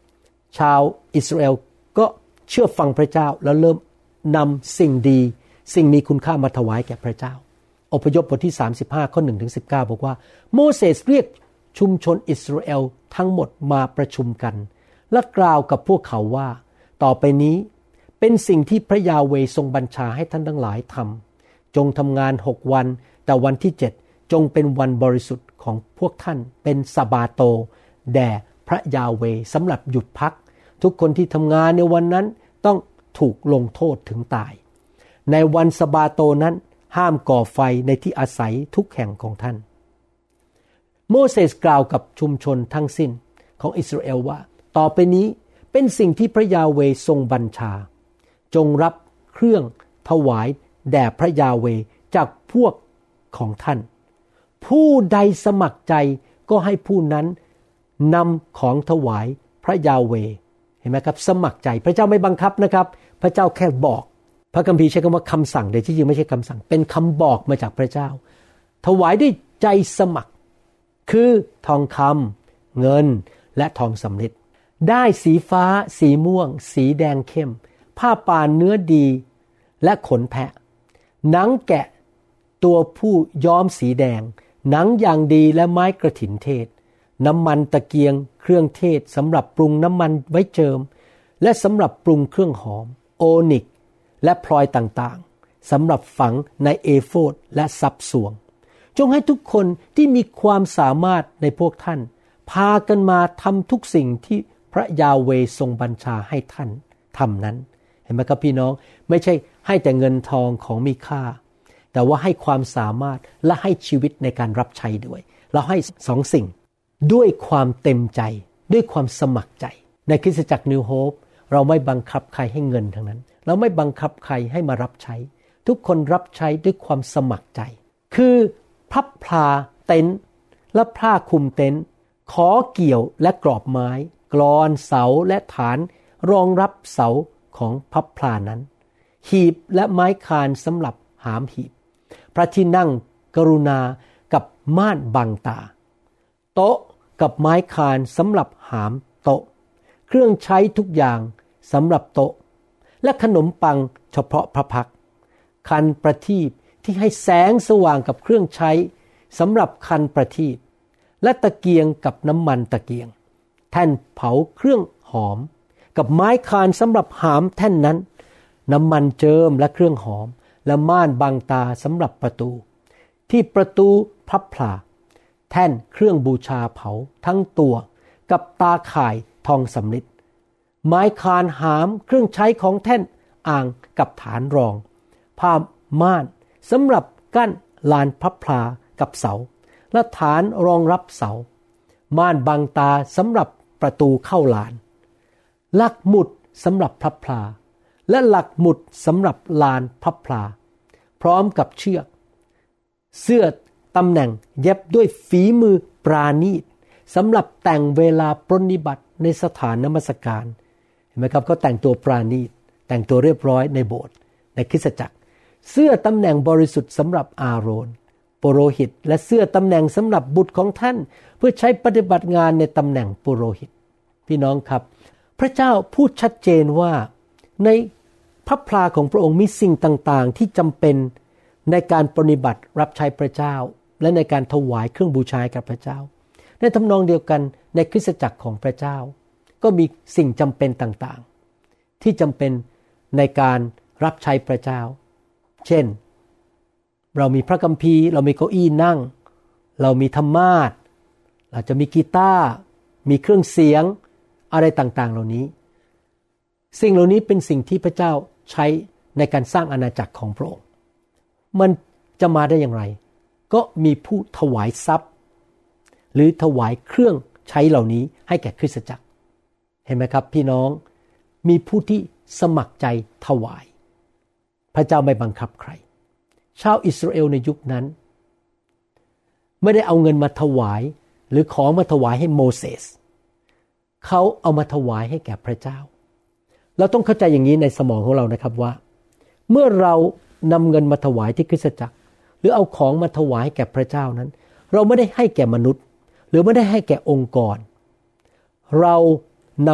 ชาวอิสราเอลก็เชื่อฟังพระเจ้าแล้วเริ่มนำสิ่งดีสิ่งมีคุณค่ามาถวายแก่พระเจ้าอพยพบทที่สามสิบห้าข้อหนึ่งถึงสิบเก้าบอกว่าโมเสสเรียกชุมชนอิสราเอลทั้งหมดมาประชุมกันและกล่าวกับพวกเขาว่าต่อไปนี้เป็นสิ่งที่พระยาเวห์ทรงบัญชาให้ท่านทั้งหลายทำจงทำงานหกวันแต่วันที่เจ็ดจงเป็นวันบริสุทธิ์ของพวกท่านเป็นสะบาโตแด่พระยาเวห์สำหรับหยุดพักทุกคนที่ทำงานในวันนั้นต้องถูกลงโทษถึงตายในวันสะบาโตนั้นห้ามก่อไฟในที่อาศัยทุกแห่งของท่านโมเสสกล่าวกับชุมชนทั้งสิ้นของอิสราเอลว่าต่อไปนี้เป็นสิ่งที่พระยาเวห์ทรงบัญชาจงรับเครื่องถวายแด่พระยาเวห์จากพวกของท่านผู้ใดสมัครใจก็ให้ผู้นั้นนำของถวายพระยาเวห์เห็นไหมครับสมัครใจพระเจ้าไม่บังคับนะครับพระเจ้าแค่บอกพระคัมภีร์ใช้คำว่าคำสั่งแต่ที่จริงไม่ใช่คำสั่งเป็นคำบอกมาจากพระเจ้าถวายด้วยใจสมัครคือทองคำเงินและทองสำริดได้สีฟ้าสีม่วงสีแดงเข้มผ้าป่านเนื้อดีและขนแพะหนังแกะตัวผู้ย้อมสีแดงหนังอย่างดีและไม้กระถินเทศน้ำมันตะเกียงเครื่องเทศสำหรับปรุงน้ำมันไว้เจิมและสำหรับปรุงเครื่องหอมโอนิกและพลอยต่างๆสำหรับฝังในเอโฟดและซับสวงจงให้ทุกคนที่มีความสามารถในพวกท่านพากันมาทำทุกสิ่งที่พระยาเวห์ทรงบัญชาให้ท่านทำนั้นเห็นไหมครับพี่น้องไม่ใช่ให้แต่เงินทองของมีค่าแต่ว่าให้ความสามารถและให้ชีวิตในการรับใช้ด้วยเราให้สองสิ่งด้วยความเต็มใจด้วยความสมัครใจในคริสตจักรนิวโฮปเราไม่บังคับใครให้เงินทั้งนั้นเราไม่บังคับใครให้มารับใช้ทุกคนรับใช้ด้วยความสมัครใจคือพับพลาเต็นท์และผ้าคลุมเต็นท์ขอเกี่ยวและกรอบไม้กลอนเสาและฐานรองรับเสาของพับพลานั้นหีบและไม้คานสำหรับหามหีบพระที่นั่งกรุณากับม่านบังตาโต๊ะกับไม้คานสำหรับหามโต๊ะเครื่องใช้ทุกอย่างสำหรับโต๊ะและขนมปังเฉพาะพระพักคันประทีปที่ให้แสงสว่างกับเครื่องใช้สำหรับคันประทีปและตะเกียงกับน้ำมันตะเกียงแท่นเผาเครื่องหอมกับไม้คานสำหรับหามแท่นนั้นน้ำมันเจิมและเครื่องหอมและม่านบังตาสำหรับประตูที่ประตูพับพลาแท่นเครื่องบูชาเผาทั้งตัวกับตาข่ายทองสำริดไม้คานหามเครื่องใช้ของแท่นอ่างกับฐานรองผ้าม่านสำหรับกั้นลานพับพลากับเสาและฐานรองรับเสาม่านบังตาสำหรับประตูเข้าลานหลักหมุดสำหรับพับพลาและหลักหมุดสำหรับลานพับพลาพร้อมกับเชือกเสื้อตำแหน่งเย็บด้วยฝีมือปราณีตสำหรับแต่งเวลาปรนนิบัติในสถานนมัสการเห็นไหมครับเขาแต่งตัวปราณีตแต่งตัวเรียบร้อยในโบสถ์ในคริสตจักรเสื้อตำแหน่งบริสุทธิ์สำหรับอาโรนปุโรหิตและเสื้อตำแหน่งสำหรับบุตรของท่านเพื่อใช้ปฏิบัติงานในตำแหน่งปุโรหิตพี่น้องครับพระเจ้าพูดชัดเจนว่าในพระพลาของพระองค์มีสิ่งต่างๆที่จำเป็นในการปฏิบัติรับใช้พระเจ้าและในการถวายเครื่องบูชากับพระเจ้าในทำนองเดียวกันในคริสตจักรของพระเจ้าก็มีสิ่งจำเป็นต่างๆที่จำเป็นในการรับใช้พระเจ้าเช่นเรามีพระคัมภีร์เรามีเก้าอี้นั่งเรามีธรรมาสน์เราจะมีกีตาร์มีเครื่องเสียงอะไรต่างๆเหล่านี้สิ่งเหล่านี้เป็นสิ่งที่พระเจ้าใช้ในการสร้างอาณาจักรของพระองค์มันจะมาได้อย่างไรก็มีผู้ถวายทรัพย์หรือถวายเครื่องใช้เหล่านี้ให้แก่คริสตจักรเห็นไหมครับพี่น้องมีผู้ที่สมัครใจถวายพระเจ้าไม่บังคับใครชาวอิสราเอลในยุคนั้นไม่ได้เอาเงินมาถวายหรือของมาถวายให้โมเสสเขาเอามาถวายให้แก่พระเจ้าเราต้องเข้าใจอย่างนี้ในสมองของเรานะครับว่าเมื่อเรานำเงินมาถวายที่คริสตจักรหรือเอาของมาถวายให้แก่พระเจ้านั้นเราไม่ได้ให้แก่มนุษย์หรือไม่ได้ให้แก่องค์กรเรานำ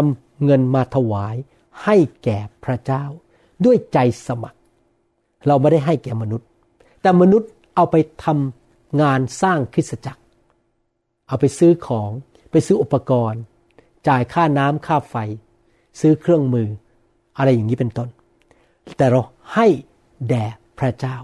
เงินมาถวายให้แก่พระเจ้าด้วยใจสมัครเราไม่ได้ให้แก่มนุษย์แต่มนุษย์เอาไปทำงานสร้างคริสตจักรเอาไปซื้อของไปซื้ออุปกรณ์จ่ายค่าน้ำค่าไฟซื้อเครื่องมืออะไรอย่างนี้เป็นต้นแต่เราให้แด่พระเจ้า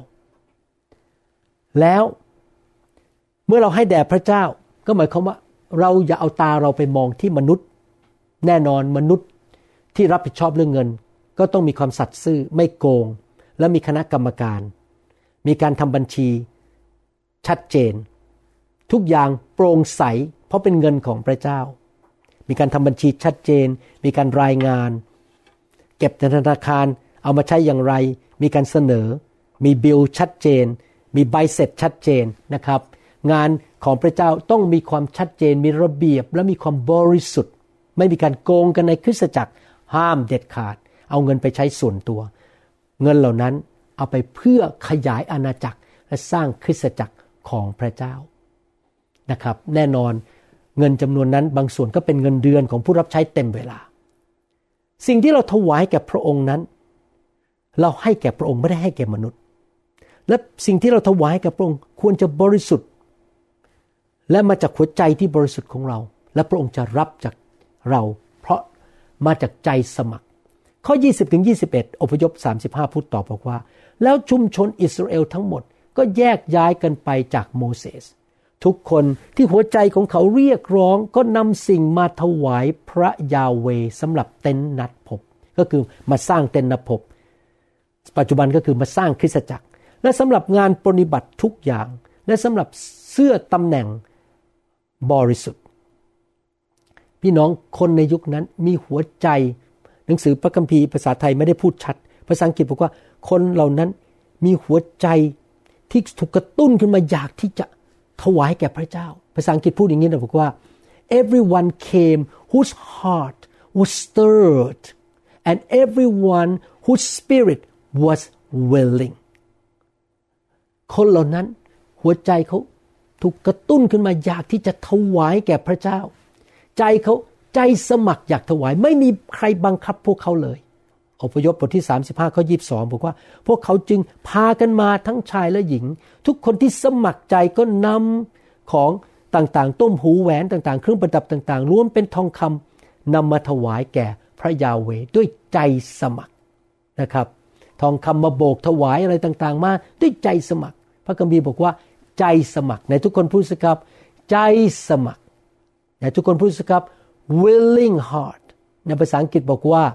แล้วเมื่อเราให้แด่พระเจ้าก็หมายความว่าเราอย่าเอาตาเราไปมองที่มนุษย์แน่นอนมนุษย์ที่รับผิดชอบเรื่องเงินก็ต้องมีความสัตย์ซื่อไม่โกงและมีคณะกรรมการมีการทำบัญชีชัดเจนทุกอย่างโปร่งใสเพราะเป็นเงินของพระเจ้ามีการทำบัญชีชัดเจนมีการรายงานเก็บในธนาคารเอามาใช้อย่างไรมีการเสนอมีบิลชัดเจนมีใบเสร็จชัดเจนนะครับงานของพระเจ้าต้องมีความชัดเจนมีระเบียบและมีความบริสุทธิ์ไม่มีการโกงกันในคริสตจักรห้ามเด็ดขาดเอาเงินไปใช้ส่วนตัวเงินเหล่านั้นเอาไปเพื่อขยายอาณาจักรและสร้างคริสตจักรของพระเจ้านะครับแน่นอนเงินจำนวนนั้นบางส่วนก็เป็นเงินเดือนของผู้รับใช้เต็มเวลาสิ่งที่เราถวายแก่พระองค์นั้นเราให้แก่พระองค์ไม่ได้ให้แก่มนุษย์และสิ่งที่เราถวายแก่พระองค์ควรจะบริสุทธิ์และมาจากหัวใจที่บริสุทธิ์ของเราและพระองค์จะรับจากเราเพราะมาจากใจสมัครข้อ ยี่สิบถึงยี่สิบเอ็ด อพยพสามสิบห้าพูดต่อบอกว่าแล้วชุมชนอิสราเอลทั้งหมดก็แยกย้ายกันไปจากโมเสสทุกคนที่หัวใจของเขาเรียกร้องก็นำสิ่งมาถวายพระยาเวห์สำหรับเต็นท์นัดพบก็คือมาสร้างเต็นท์นัดพบปัจจุบันก็คือมาสร้างคริสตจักรและสำหรับงานปฏิบัติทุกอย่างและสำหรับเสื้อตำแหน่งบริสุทธิ์พี่น้องคนในยุคนั้นมีหัวใจหนังสือพระคัมภีร์ภาษาไทยไม่ได้พูดชัดภาษาอังกฤษบอกว่าคนเหล่านั้นมีหัวใจที่ถูกกระตุ้นขึ้นมาอยากที่จะถวายแก่พระเจ้าภาษาอังกฤษพูดอย่างนี้นะบอกว่า everyone came whose heart was stirred and everyone whose spirit was willing คนเหล่านั้นหัวใจเขาถูกกระตุ้นขึ้นมาอยากที่จะถวายแก่พระเจ้าใจเขาใจสมัครอยากถวายไม่มีใครบังคับพวกเขาเลยอพยพบทที่สามสิบห้าข้อยี่สิบสองบอกว่าพวกเขาจึงพากันมาทั้งชายและหญิงทุกคนที่สมัครใจก็นำของต่างๆต้มหูแหวนต่างๆเครื่องประดับต่างๆรวมเป็นทองคำนำมาถวายแก่พระยาเวห์ด้วยใจสมัครนะครับทองคำมาโบกถวายอะไรต่างๆมาด้วยใจสมัครพระคัมภีร์บอกว่าใจสมัครในทุกคนพูดสิครับใจสมัครในทุกคนพูดสิครับ willing heart ในภาษาอังกฤษบอกว่า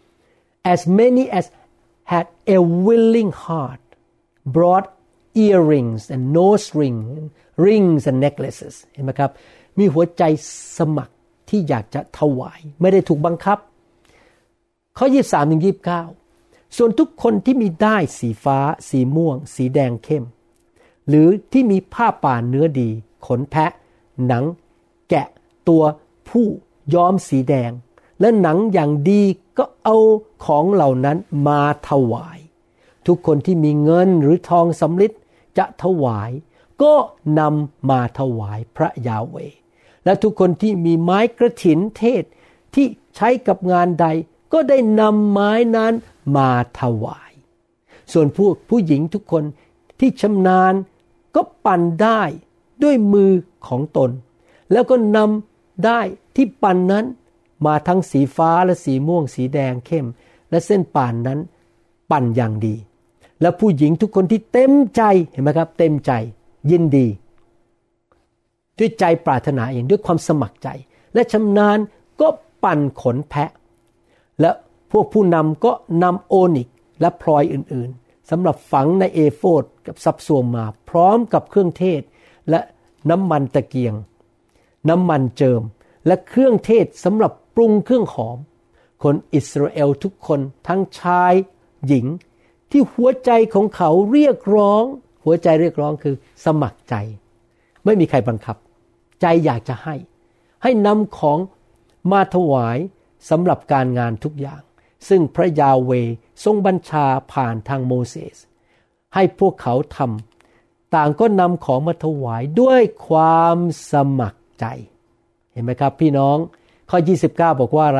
as many as had a willing heart brought earrings and nose rings rings and necklaces เห็นไหมครับมีหัวใจสมัครที่อยากจะถวายไม่ได้ถูกบังคับข้อยี่สิบสามถึงยี่สิบเก้าส่วนทุกคนที่มีด้ายสีฟ้าสีม่วงสีแดงเข้มหรือที่มีผ้าป่านเนื้อดีขนแพะหนังแกะตัวผู้ย้อมสีแดงและหนังอย่างดีก็เอาของเหล่านั้นมาถวายทุกคนที่มีเงินหรือทองสำริดจะถวายก็นำมาถวายพระยาเวห์และทุกคนที่มีไม้กระถินเทศที่ใช้กับงานใดก็ได้นำไม้นั้นมาถวายส่วนผู้ผู้หญิงทุกคนที่ชำนาญก็ปั่นได้ด้วยมือของตนแล้วก็นำได้ที่ปั่นนั้นมาทั้งสีฟ้าและสีม่วงสีแดงเข้มและเส้นป่านนั้นปั่นอย่างดีและผู้หญิงทุกคนที่เต็มใจเห็นไหมครับเต็มใจยินดีด้วยใจปรารถนาเองด้วยความสมัครใจและชำนาญก็ปั่นขนแพะและพวกผู้นำก็นำโอนิกและพลอยอื่นๆสำหรับฝังในเอโฟดกับซับซวมมาพร้อมกับเครื่องเทศและน้ำมันตะเกียงน้ำมันเจิมและเครื่องเทศสำหรับปรุงเครื่องหอมคนอิสราเอลทุกคนทั้งชายหญิงที่หัวใจของเขาเรียกร้องหัวใจเรียกร้องคือสมัครใจไม่มีใครบังคับใจอยากจะให้ให้นำของมาถวายสำหรับการงานทุกอย่างซึ่งพระยาเวห์ทรงบัญชาผ่านทางโมเสสให้พวกเขาทำต่างก็นำของมาถวายด้วยความสมัครใจเห็นไหมครับพี่น้องข้อยี่สิบเก้าบอกว่าอะไร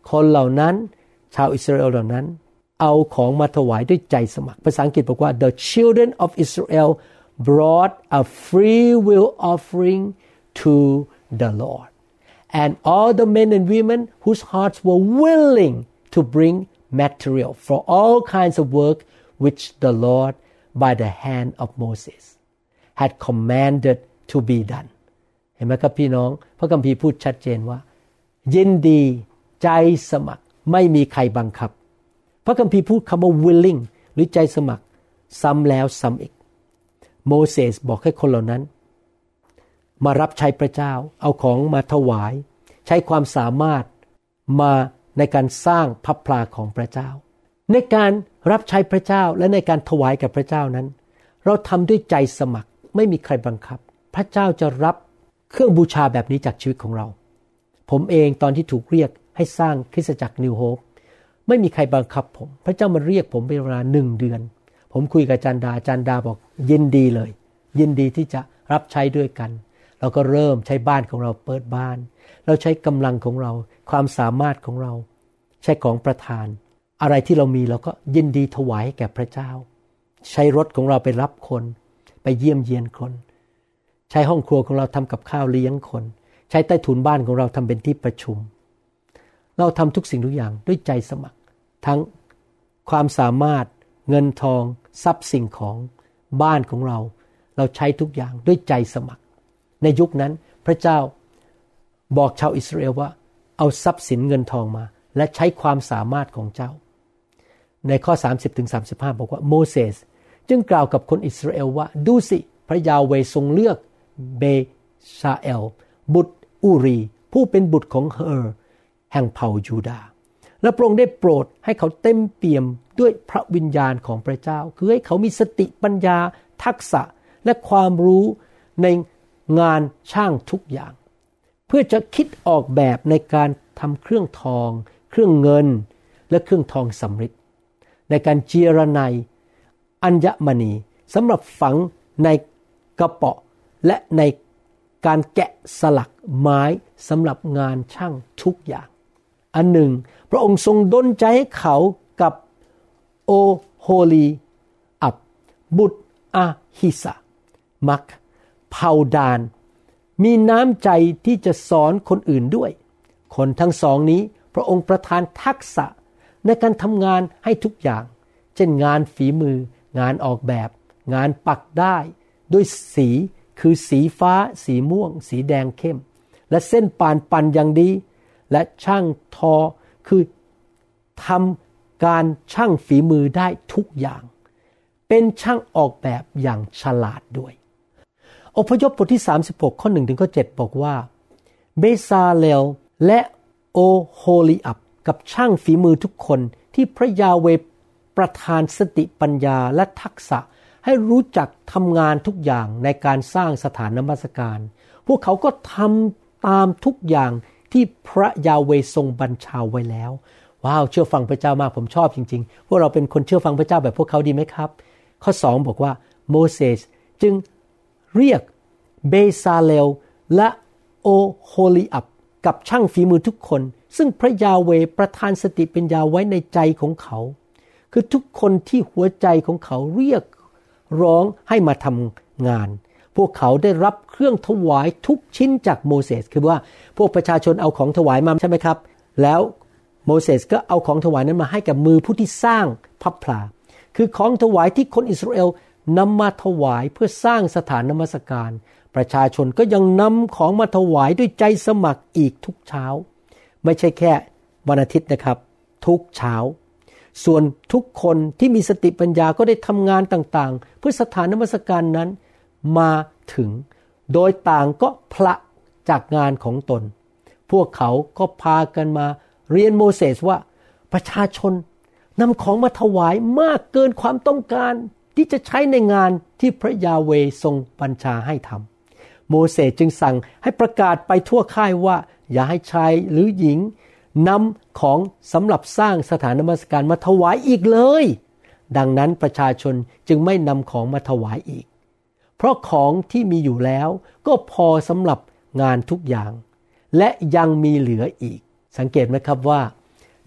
คนเหล่านั้นชาวอิสราเอลเหล่านั้นเอาของมาถวายด้วยใจสมัครภาษาอังกฤษบอกว่า the children of Israel brought a free will offering to the Lord and all the men and women whose hearts were willing to bring material for all kinds of work which the Lord by the hand of Moses had commanded to be done เห็นไหมครับพี่น้องพระคัมภีร์พูดชัดเจนว่ายินดีใจสมัครไม่มีใครบังคับพระคัมภีร์พูดคำว่า willing หรือใจสมัครซ้ำแล้วซ้ำอีกโมเสสบอกให้คนเหล่านั้นมารับใช้พระเจ้าเอาของมาถวายใช้ความสามารถมาในการสร้างพระพลาของพระเจ้าในการรับใช้พระเจ้าและในการถวายกับพระเจ้านั้นเราทำด้วยใจสมัครไม่มีใครบังคับพระเจ้าจะรับเครื่องบูชาแบบนี้จากชีวิตของเราผมเองตอนที่ถูกเรียกให้สร้างคริสตจักรนิวโฮปไม่มีใครบังคับผมพระเจ้ามาเรียกผมเป็นเวลาหนึ่งเดือนผมคุยกับอาจารย์ดาอาจารย์ดาบอกยินดีเลยยินดีที่จะรับใช้ด้วยกันเราก็เริ่มใช้บ้านของเราเปิดบ้านเราใช้กำลังของเราความสามารถของเราใช้ของประทานอะไรที่เรามีเราก็ยินดีถวายให้แก่พระเจ้าใช้รถของเราไปรับคนไปเยี่ยมเยียนคนใช้ห้องครัวของเราทำกับข้าวเลี้ยงคนใช้ใต้ถุนบ้านของเราทำเป็นที่ประชุมเราทำทุกสิ่งทุกอย่างด้วยใจสมัครทั้งความสามารถเงินทองทรัพย์สิ่งของบ้านของเราเราใช้ทุกอย่างด้วยใจสมัครในยุคนั้นพระเจ้าบอกชาวอิสราเอลว่าเอาทรัพย์สินเงินทองมาและใช้ความสามารถของเจ้าในข้อ สามสิบถึงสามสิบห้า บอกว่าโมเสสจึงกล่าวกับคนอิสราเอลว่าดูสิพระยาเวห์ทรงเลือกเบชาเอลบุตรอูรีผู้เป็นบุตรของเฮอร์แห่งเผ่ายูดาห์และพระองค์ได้โปรดให้เขาเต็มเปี่ยมด้วยพระวิญญาณของพระเจ้าคือให้เขามีสติปัญญาทักษะและความรู้ในงานช่างทุกอย่างเพื่อจะคิดออกแบบในการทำเครื่องทองเครื่องเงินและเครื่องทองสำริดในการเจียรไนอัญมณีสำหรับฝังในกระเป๋าและในการแกะสลักไม้สำหรับงานช่างทุกอย่างอันหนึ่งพระองค์ทรงดลใจให้เขากับโอโฮลีอับบุตรอาฮิสามักเผ่าดานมีน้ำใจที่จะสอนคนอื่นด้วยคนทั้งสองนี้พระองค์ประทานทักษะในการทำงานให้ทุกอย่างเช่นงานฝีมืองานออกแบบงานปักได้ด้วยสีคือสีฟ้าสีม่วงสีแดงเข้มและเส้นปานปั่นอย่างดีและช่างทอคือทำการช่างฝีมือได้ทุกอย่างเป็นช่างออกแบบอย่างฉลาดด้วยอพยพบทที่สามสิบหกข้อหนึ่งถึงข้อเจ็ดบอกว่าเบซาเลลและโอโฮลีอับกับช่างฝีมือทุกคนที่พระยาเวห์ประทานสติปัญญาและทักษะให้รู้จักทำงานทุกอย่างในการสร้างสถานนมัสการพวกเขาก็ทำตามทุกอย่างที่พระยาเวห์ทรงบัญชาไว้แล้วว้าวเชื่อฟังพระเจ้ามากผมชอบจริงๆพวกเราเป็นคนเชื่อฟังพระเจ้าแบบพวกเขาดีไหมครับข้อสองบอกว่าโมเสสจึงเรียกเบซาเลลและโอโฮลีอับกับช่างฝีมือทุกคนซึ่งพระยาเวห์ประทานสติปัญญาไว้ในใจของเขาคือทุกคนที่หัวใจของเขาเรียกร้องให้มาทำงานพวกเขาได้รับเครื่องถวายทุกชิ้นจากโมเสสคือว่าพวกประชาชนเอาของถวายมาใช่ไหมครับแล้วโมเสสก็เอาของถวายนั้นมาให้กับมือผู้ที่สร้างพระพลาคือของถวายที่คนอิสราเอลนำมาถวายเพื่อสร้างสถานนมัสการประชาชนก็ยังนำของมาถวายด้วยใจสมัครอีกทุกเช้าไม่ใช่แค่วันอาทิตย์นะครับทุกเช้าส่วนทุกคนที่มีสติปัญญาก็ได้ทำงานต่างๆเพื่อสถานนมัสการนั้นมาถึงโดยต่างก็พละจากงานของตนพวกเขาก็พากันมาเรียนโมเสสว่าประชาชนนำของมาถวายมากเกินความต้องการที่จะใช้ในงานที่พระยาเวห์ทรงบัญชาให้ทำโมเสสจึงสั่งให้ประกาศไปทั่วค่ายว่าอย่าให้ชายหรือหญิงนำของสำหรับสร้างสถานนมัสการมาถวายอีกเลยดังนั้นประชาชนจึงไม่นำของมาถวายอีกเพราะของที่มีอยู่แล้วก็พอสำหรับงานทุกอย่างและยังมีเหลืออีกสังเกตไหมครับว่า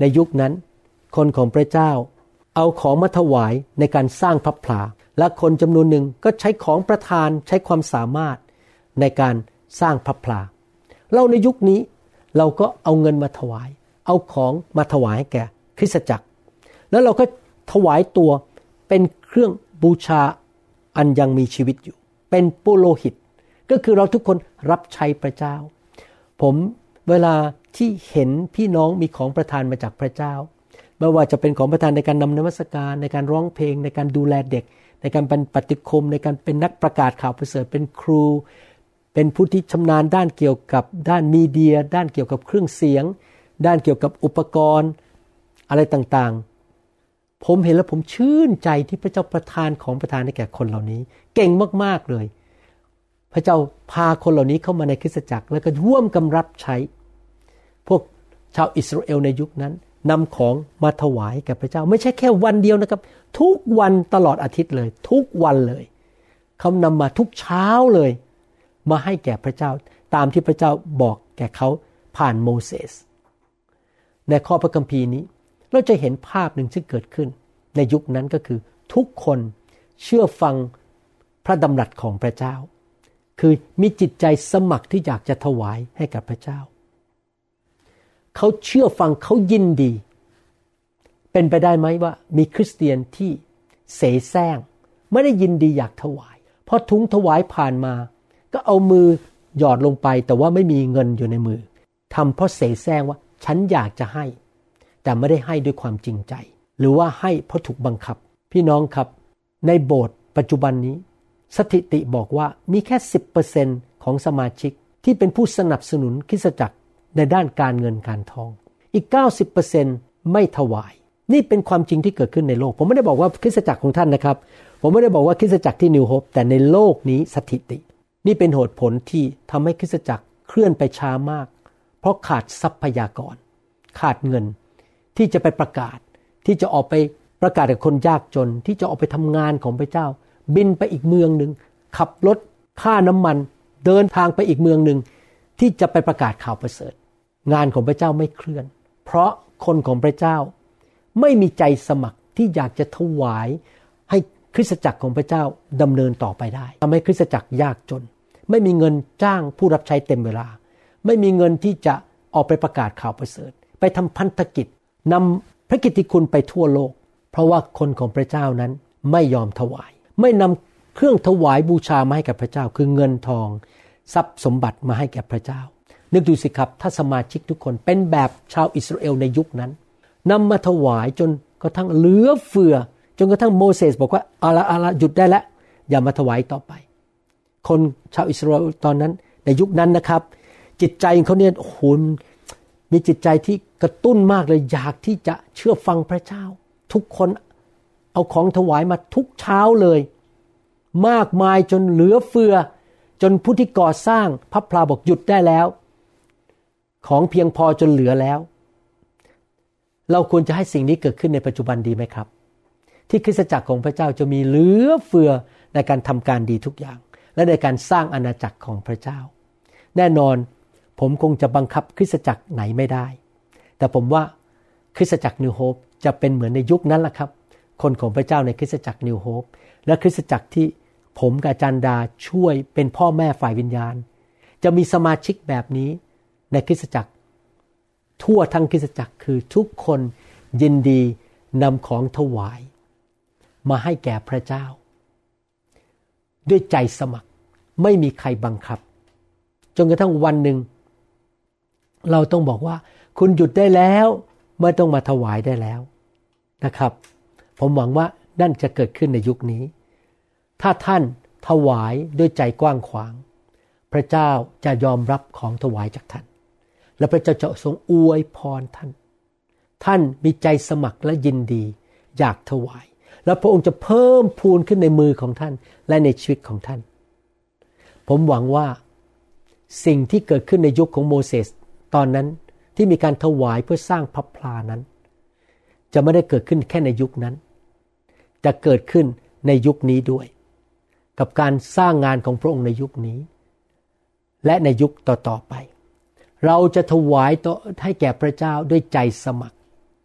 ในยุคนั้นคนของพระเจ้าเอาของมาถวายในการสร้างพระพลาและคนจำนวนหนึ่งก็ใช้ของประทานใช้ความสามารถในการสร้างพระพลาเราในยุคนี้เราก็เอาเงินมาถวายเอาของมาถวายให้แก่คริสตจักรแล้วเราก็ถวายตัวเป็นเครื่องบูชาอันยังมีชีวิตอยู่เป็นปุโรหิตก็คือเราทุกคนรับใช้พระเจ้าผมเวลาที่เห็นพี่น้องมีของประทานมาจากพระเจ้าไม่ว่าจะเป็นของประทานในการนำนมัสการในการร้องเพลงในการดูแลเด็กในการเป็นปฏิคมในการเป็นนักประกาศข่าวประเสริฐเป็นครูเป็นผู้ที่ชำนาญด้านเกี่ยวกับด้านมีเดียด้านเกี่ยวกับเครื่องเสียงด้านเกี่ยวกับอุปกรณ์อะไรต่างๆผมเห็นแล้วผมชื่นใจที่พระเจ้าประทานของประทานให้แก่คนเหล่านี้เก่งมากๆเลยพระเจ้าพาคนเหล่านี้เข้ามาในคริสตจักรแล้วก็ร่วมกันรับใช้พวกชาวอิสราเอลในยุคนั้นนำของมาถวายแก่พระเจ้าไม่ใช่แค่วันเดียวนะครับทุกวันตลอดอาทิตย์เลยทุกวันเลยเขานำมาทุกเช้าเลยมาให้แก่พระเจ้าตามที่พระเจ้าบอกแก่เขาผ่านโมเสสในข้อพระคัมภีร์นี้เราจะเห็นภาพหนึ่งที่เกิดขึ้นในยุคนั้นก็คือทุกคนเชื่อฟังพระดำรัสของพระเจ้าคือมีจิตใจสมัครที่อยากจะถวายให้กับพระเจ้าเขาเชื่อฟังเขายินดีเป็นไปได้ไหมว่ามีคริสเตียนที่เสแสร้งไม่ได้ยินดีอยากถวายพอถุงถวายผ่านมาก็เอามือหยอดลงไปแต่ว่าไม่มีเงินอยู่ในมือทำเพราะเสแสร้งว่าฉันอยากจะให้แต่ไม่ได้ให้ด้วยความจริงใจหรือว่าให้เพราะถูกบังคับพี่น้องครับในโบสถ์ปัจจุบันนี้สถิติบอกว่ามีแค่ สิบเปอร์เซ็นต์ ของสมาชิกที่เป็นผู้สนับสนุนคริสตจักรในด้านการเงินการทองอีก เก้าสิบเปอร์เซ็นต์ ไม่ถวายนี่เป็นความจริงที่เกิดขึ้นในโลกผมไม่ได้บอกว่าคริสตจักรของท่านนะครับผมไม่ได้บอกว่าคริสตจักรที่นิวโฮปแต่ในโลกนี้สถิตินี่เป็นเหตุผลที่ทำให้คริสตจักรเคลื่อนไปช้ามากเพราะขาดทรัพยากรขาดเงินที่จะไปประกาศที่จะออกไปประกาศกับคนยากจนที่จะออกไปทำงานของพระเจ้าบินไปอีกเมืองนึงขับรถค่าน้ำมันเดินทางไปอีกเมืองนึงที่จะไปประกาศข่าวประเสริฐงานของพระเจ้าไม่เคลื่อนเพราะคนของพระเจ้าไม่มีใจสมัครที่อยากจะถวายให้คริสตจักรของพระเจ้าดำเนินต่อไปได้ทำให้คริสตจักรยากจนไม่มีเงินจ้างผู้รับใช้เต็มเวลาไม่มีเงินที่จะออกไปประกาศข่าวประเสริฐไปทำพันธกิจนำพระกิตติคุณไปทั่วโลกเพราะว่าคนของพระเจ้านั้นไม่ยอมถวายไม่นำเครื่องถวายบูชามาให้กับพระเจ้าคือเงินทองทรัพย์สมบัติมาให้แก่พระเจ้านึกดูสิครับถ้าสมาชิกทุกคนเป็นแบบชาวอิสราเอลในยุคนั้นนำมาถวายจนกระทั่งเหลือเฟือจนกระทั่งโมเสสบอกว่าเอาละเอาละหยุดได้แล้วอย่ามาถวายต่อไปคนชาวอิสราเอลตอนนั้นในยุคนั้นนะครับจิตใจของเขาเนี่ยโอ้โหมีจิตใจที่กระตุ้นมากเลยอยากที่จะเชื่อฟังพระเจ้าทุกคนเอาของถวายมาทุกเช้าเลยมากมายจนเหลือเฟือจนผู้ที่ก่อสร้างพระพลาบอกหยุดได้แล้วของเพียงพอจนเหลือแล้วเราควรจะให้สิ่งนี้เกิดขึ้นในปัจจุบันดีไหมครับที่คริสตจักรของพระเจ้าจะมีเหลือเฟือในการทำการดีทุกอย่างและในการสร้างอาณาจักรของพระเจ้าแน่นอนผมคงจะบังคับคริสตจักรไหนไม่ได้แต่ผมว่าคริสตจักรนิวโฮปจะเป็นเหมือนในยุคนั้นแหละครับคนของพระเจ้าในคริสตจักรนิวโฮปและคริสตจักรที่ผมกับอาจารย์ดาช่วยเป็นพ่อแม่ฝ่ายวิญญาณจะมีสมาชิกแบบนี้ในคริสตจักรทั่วทั้งคริสตจักรคือทุกคนยินดีนำของถวายมาให้แก่พระเจ้าด้วยใจสมัครไม่มีใครบังคับจนกระทั่งวันหนึ่งเราต้องบอกว่าคุณหยุดได้แล้วไม่ต้องมาถวายได้แล้วนะครับผมหวังว่านั่นจะเกิดขึ้นในยุคนี้ถ้าท่านถวายด้วยใจกว้างขวางพระเจ้าจะยอมรับของถวายจากท่านและพระเจ้าจะทรงอวยพรท่านท่านมีใจสมัครและยินดีอยากถวายแล้วพระองค์จะเพิ่มพูนขึ้นในมือของท่านและในชีวิตของท่านผมหวังว่าสิ่งที่เกิดขึ้นในยุคของโมเสสตอนนั้นที่มีการถวายเพื่อสร้างพระพลานั้นจะไม่ได้เกิดขึ้นแค่ในยุคนั้นจะเกิดขึ้นในยุคนี้ด้วยกับการสร้างงานของพระองค์ในยุคนี้และในยุคต่อๆไปเราจะถวายต่อให้แก่พระเจ้าด้วยใจสมัคร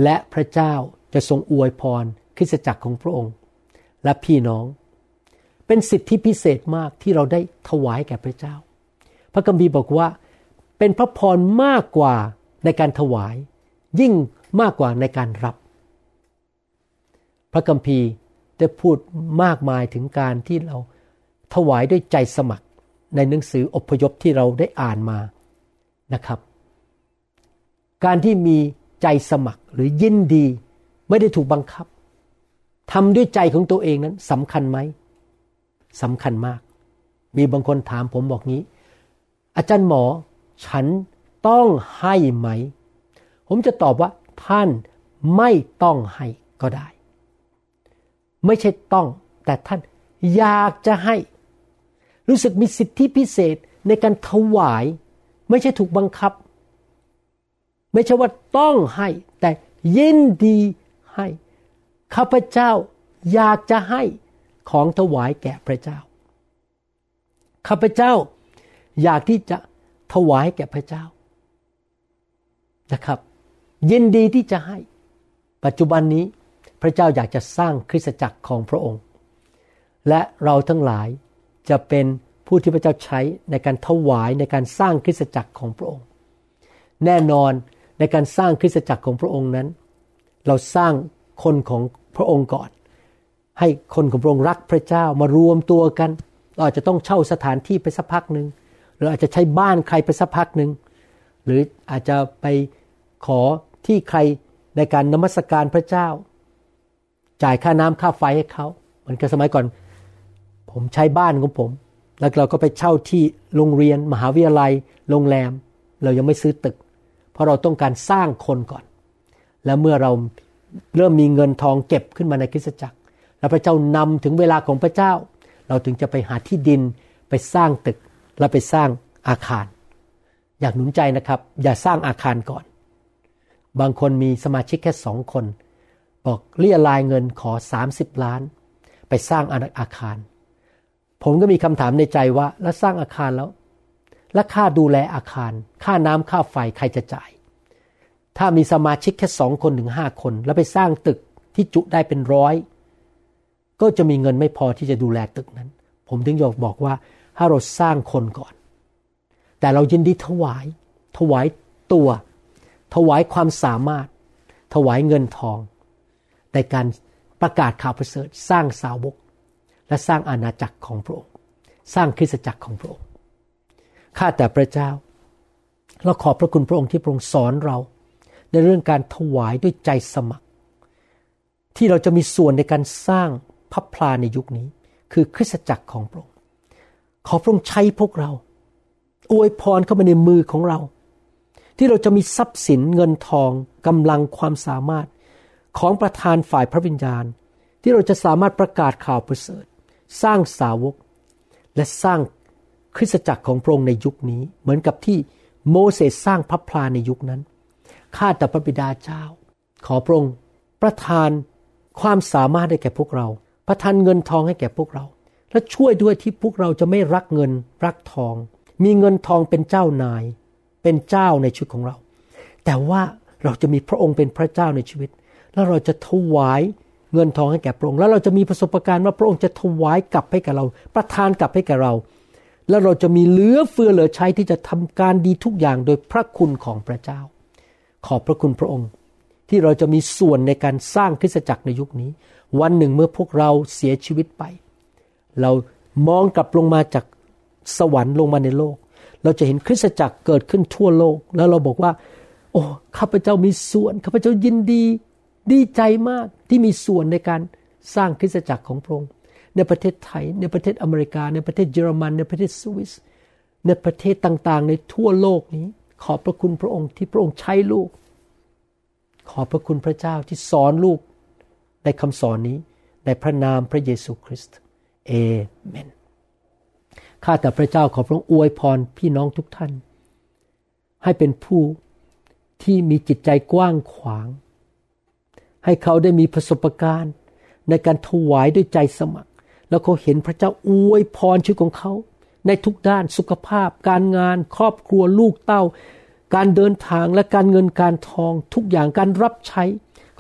และพระเจ้าจะทรงอวยพรคริสตจักรของพระองค์และพี่น้องเป็นสิทธิพิเศษมากที่เราได้ถวายแก่พระเจ้าพระคัมภีร์บอกว่าเป็นพระพรมากกว่าในการถวายยิ่งมากกว่าในการรับพระคัมภีร์ได้พูดมากมายถึงการที่เราถวายด้วยใจสมัครในหนังสืออพยพที่เราได้อ่านมานะครับการที่มีใจสมัครหรือยินดีไม่ได้ถูกบังคับทำด้วยใจของตัวเองนั้นสำคัญไหมสำคัญมากมีบางคนถามผมบอกงี้อาจารย์หมอฉันต้องให้ไหมผมจะตอบว่าท่านไม่ต้องให้ก็ได้ไม่ใช่ต้องแต่ท่านอยากจะให้รู้สึกมีสิทธิพิเศษในการถวายไม่ใช่ถูกบังคับไม่ใช่ว่าต้องให้แต่ยินดีให้ข้าพเจ้าอยากจะให้ของถวายแก่พระเจ้าข้าพเจ้าอยากที่จะถวายแก่พระเจ้านะครับยินดีที่จะให้ปัจจุบันนี้พระเจ้าอยากจะสร้างคริสตจักรของพระองค์และเราทั้งหลายจะเป็นผู้ที่พระเจ้าใช้ในการถวายในการสร้างคริสตจักรของพระองค์แน่นอนในการสร้างคริสตจักรของพระองค์นั้นเราสร้างคนของพระองค์ก่อนให้คนของพระองค์รักพระเจ้ามารวมตัวกันเราอาจจะต้องเช่าสถานที่ไปสักพักนึงหรืออาจจะใช้บ้านใครไปสักพักนึงหรืออาจจะไปขอที่ใครในการนมัสการพระเจ้าจ่ายค่าน้ำค่าไฟให้เขาเหมือนกับสมัยก่อนผมใช้บ้านของผมแล้วเราก็ไปเช่าที่โรงเรียนมหาวิทยาลัยโรงแรมเรายังไม่ซื้อตึกเพราะเราต้องการสร้างคนก่อนแล้วเมื่อเราเริ่มมีเงินทองเก็บขึ้นมาในคริสตจักรแล้วพระเจ้านำถึงเวลาของพระเจ้าเราถึงจะไปหาที่ดินไปสร้างตึกแล้วไปสร้างอาคารอยากหนุนใจนะครับอย่าสร้างอาคารก่อนบางคนมีสมาชิกแค่สองคนบอกเรียรายเงินขอสามสิบล้านไปสร้างอาคารผมก็มีคำถามในใจว่าแล้วสร้างอาคารแล้วและค่าดูแลอาคารค่าน้ำค่าไฟใครจะจ่ายถ้ามีสมาชิกแค่สองคนถึงห้าคนแล้วไปสร้างตึกที่จุได้เป็นร้อยก็จะมีเงินไม่พอที่จะดูแลตึกนั้นผมถึงอยากบอกว่าถ้าเราสร้างคนก่อนแต่เรายินดีถวายถวายตัวถวายความสามารถถวายเงินทองในการประกาศข่าวประเสริฐสร้างสาวกและสร้างอาณาจักรของพระองค์สร้างคริสตจักรของพระองค์ข้าแต่พระเจ้าเราขอบพระคุณพระองค์ที่พระองค์สอนเราในเรื่องการถวายด้วยใจสมัครที่เราจะมีส่วนในการสร้างพระพลาในยุคนี้คือคริสตจักรของพระองค์ขอพระองค์ใช้พวกเราอวยพรเข้ามาในมือของเราที่เราจะมีทรัพย์สินเงินทองกำลังความสามารถของประธานฝ่ายพระวิญญาณที่เราจะสามารถประกาศข่าวประเสริฐสร้างสาวกและสร้างคริสตจักรของพระองค์ในยุคนี้เหมือนกับที่โมเสสสร้างพระพลาในยุคนั้นข้าแต่พระบิดาเจ้าขอพระองค์ประทานความสามารถให้แก่พวกเราประทานเงินทองให้แก่พวกเราและช่วยด้วยที่พวกเราจะไม่รักเงินรักทองมีเงินทองเป็นเจ้านายเป็นเจ้าในชีวิตของเราแต่ว่าเราจะมีพระองค์เป็นพระเจ้าในชีวิตแล้วเราจะถวายเงินทองให้แก่พระองค์แล้วเราจะมีประสบการณ์ว่าพระองค์จะถวายกลับให้แก่เราประทานกลับให้แก่เราแล้วเราจะมีเหลือเฟือเหลือใช้ที่จะทำการดีทุกอย่างโดยพระคุณของพระเจ้าขอบพระคุณพระองค์ที่เราจะมีส่วนในการสร้างคริสตจักรในยุคนี้วันหนึ่งเมื่อพวกเราเสียชีวิตไปเรามองกลับลงมาจากสวรรค์ลงมาในโลกเราจะเห็นคริสตจักรเกิดขึ้นทั่วโลกแล้วเราบอกว่าโอ้ข้าพเจ้ามีส่วนข้าพเจ้ายินดีดีใจมากที่มีส่วนในการสร้างคริสตจักรของพระองค์ในประเทศไทยในประเทศอเมริกาในประเทศเยอรมันในประเทศสวิสในประเทศต่างๆในทั่วโลกนี้ขอบพระคุณพระองค์ที่พระองค์ใช้ลูกขอบพระคุณพระเจ้าที่สอนลูกในคำสอนนี้ในพระนามพระเยซูคริสต์เอเมนข้าแต่พระเจ้าขอพระองค์อวยพรพี่น้องทุกท่านให้เป็นผู้ที่มีจิตใจกว้างขวางให้เขาได้มีประสบการณ์ในการถวายด้วยใจสมัครแล้วเขาเห็นพระเจ้าอวยพรชีวิตของเขาในทุกด้านสุขภาพการงานครอบครัวลูกเต้าการเดินทางและการเงินการทองทุกอย่างการรับใช้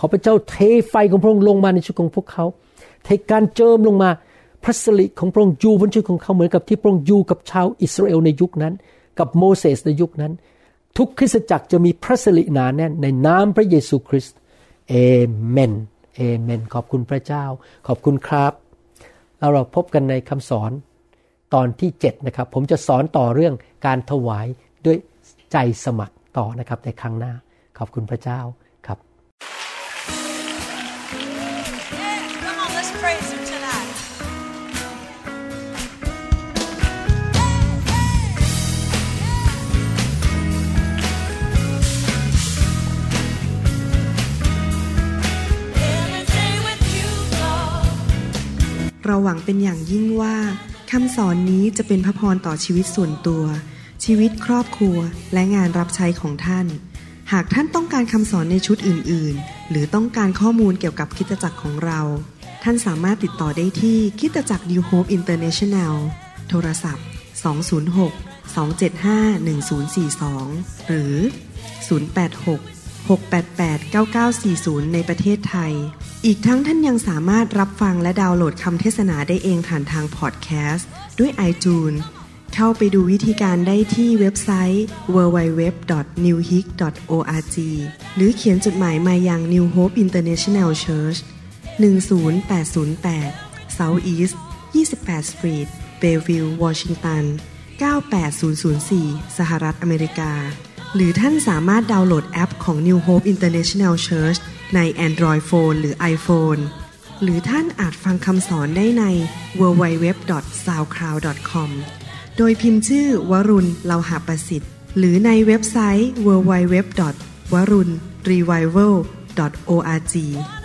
ขอพระเจ้าเทไฟของพระองค์ลงมาในชีวิตของพวกเขาเทการเจิมลงมาพระสิริของพระองค์อยู่บนชีวิตของเขาเหมือนกับที่พระองค์อยู่กับชาวอิสราเอลในยุคนั้นกับโมเสสในยุคนั้นทุกคริสตจักรจะมีพระสิริหนาแน่นในนามพระเยซูคริสต์เอเมนเอเมนขอบคุณพระเจ้าขอบคุณครับแล้วเราพบกันในคำสอนตอนที่เจ็ดนะครับผมจะสอนต่อเรื่องการถวายด้วยใจสมัครต่อนะครับในครั้งหน้าขอบคุณพระเจ้าครับ Yeah, come on, let's praise him tonight. เราหวังเป็นอย่างยิ่งว่าคำสอนนี้จะเป็นพระพรต่อชีวิตส่วนตัวชีวิตครอบครัวและงานรับใช้ของท่านหากท่านต้องการคำสอนในชุดอื่นๆหรือต้องการข้อมูลเกี่ยวกับคริสตจักรของเราท่านสามารถติดต่อได้ที่คริสตจักร New Hope International โทรศัพท์สอง ศูนย์ หก สอง เจ็ด ห้า หนึ่ง ศูนย์ สี่ สองหรือศูนย์ แปด หก หก แปด แปด เก้า เก้า สี่ ศูนย์ในประเทศไทยอีกทั้งท่านยังสามารถรับฟังและดาวน์โหลดคำเทศนาได้เองผ่านทางพอดแคสต์ด้วย iTunes เข้าไปดูวิธีการได้ที่เว็บไซต์ ดับเบิลยู ดับเบิลยู ดับเบิลยู ดอท นิว โฮป ดอท โอ อาร์ จี หรือเขียนจดหมายมายัง New Hope International Church หนึ่ง ศูนย์ แปด ศูนย์ แปด South East ยี่สิบแปด Street Bellevue Washington เก้า แปด ศูนย์ ศูนย์ สี่ สหรัฐอเมริกาหรือท่านสามารถดาวน์โหลดแอปของ New Hope International Church ใน Android Phone หรือ iPhone หรือท่านอาจฟังคำสอนได้ใน ดับเบิลยู ดับเบิลยู ดับเบิลยู ดอท ซาวด์คลาวด์ ดอท คอม โดยพิมพ์ชื่อวรุณ เลาหะประสิทธิ์หรือในเว็บไซต์ ดับเบิลยู ดับเบิลยู ดับเบิลยู ดอท วรุณ รีไววัล ดอท โอ อาร์ จี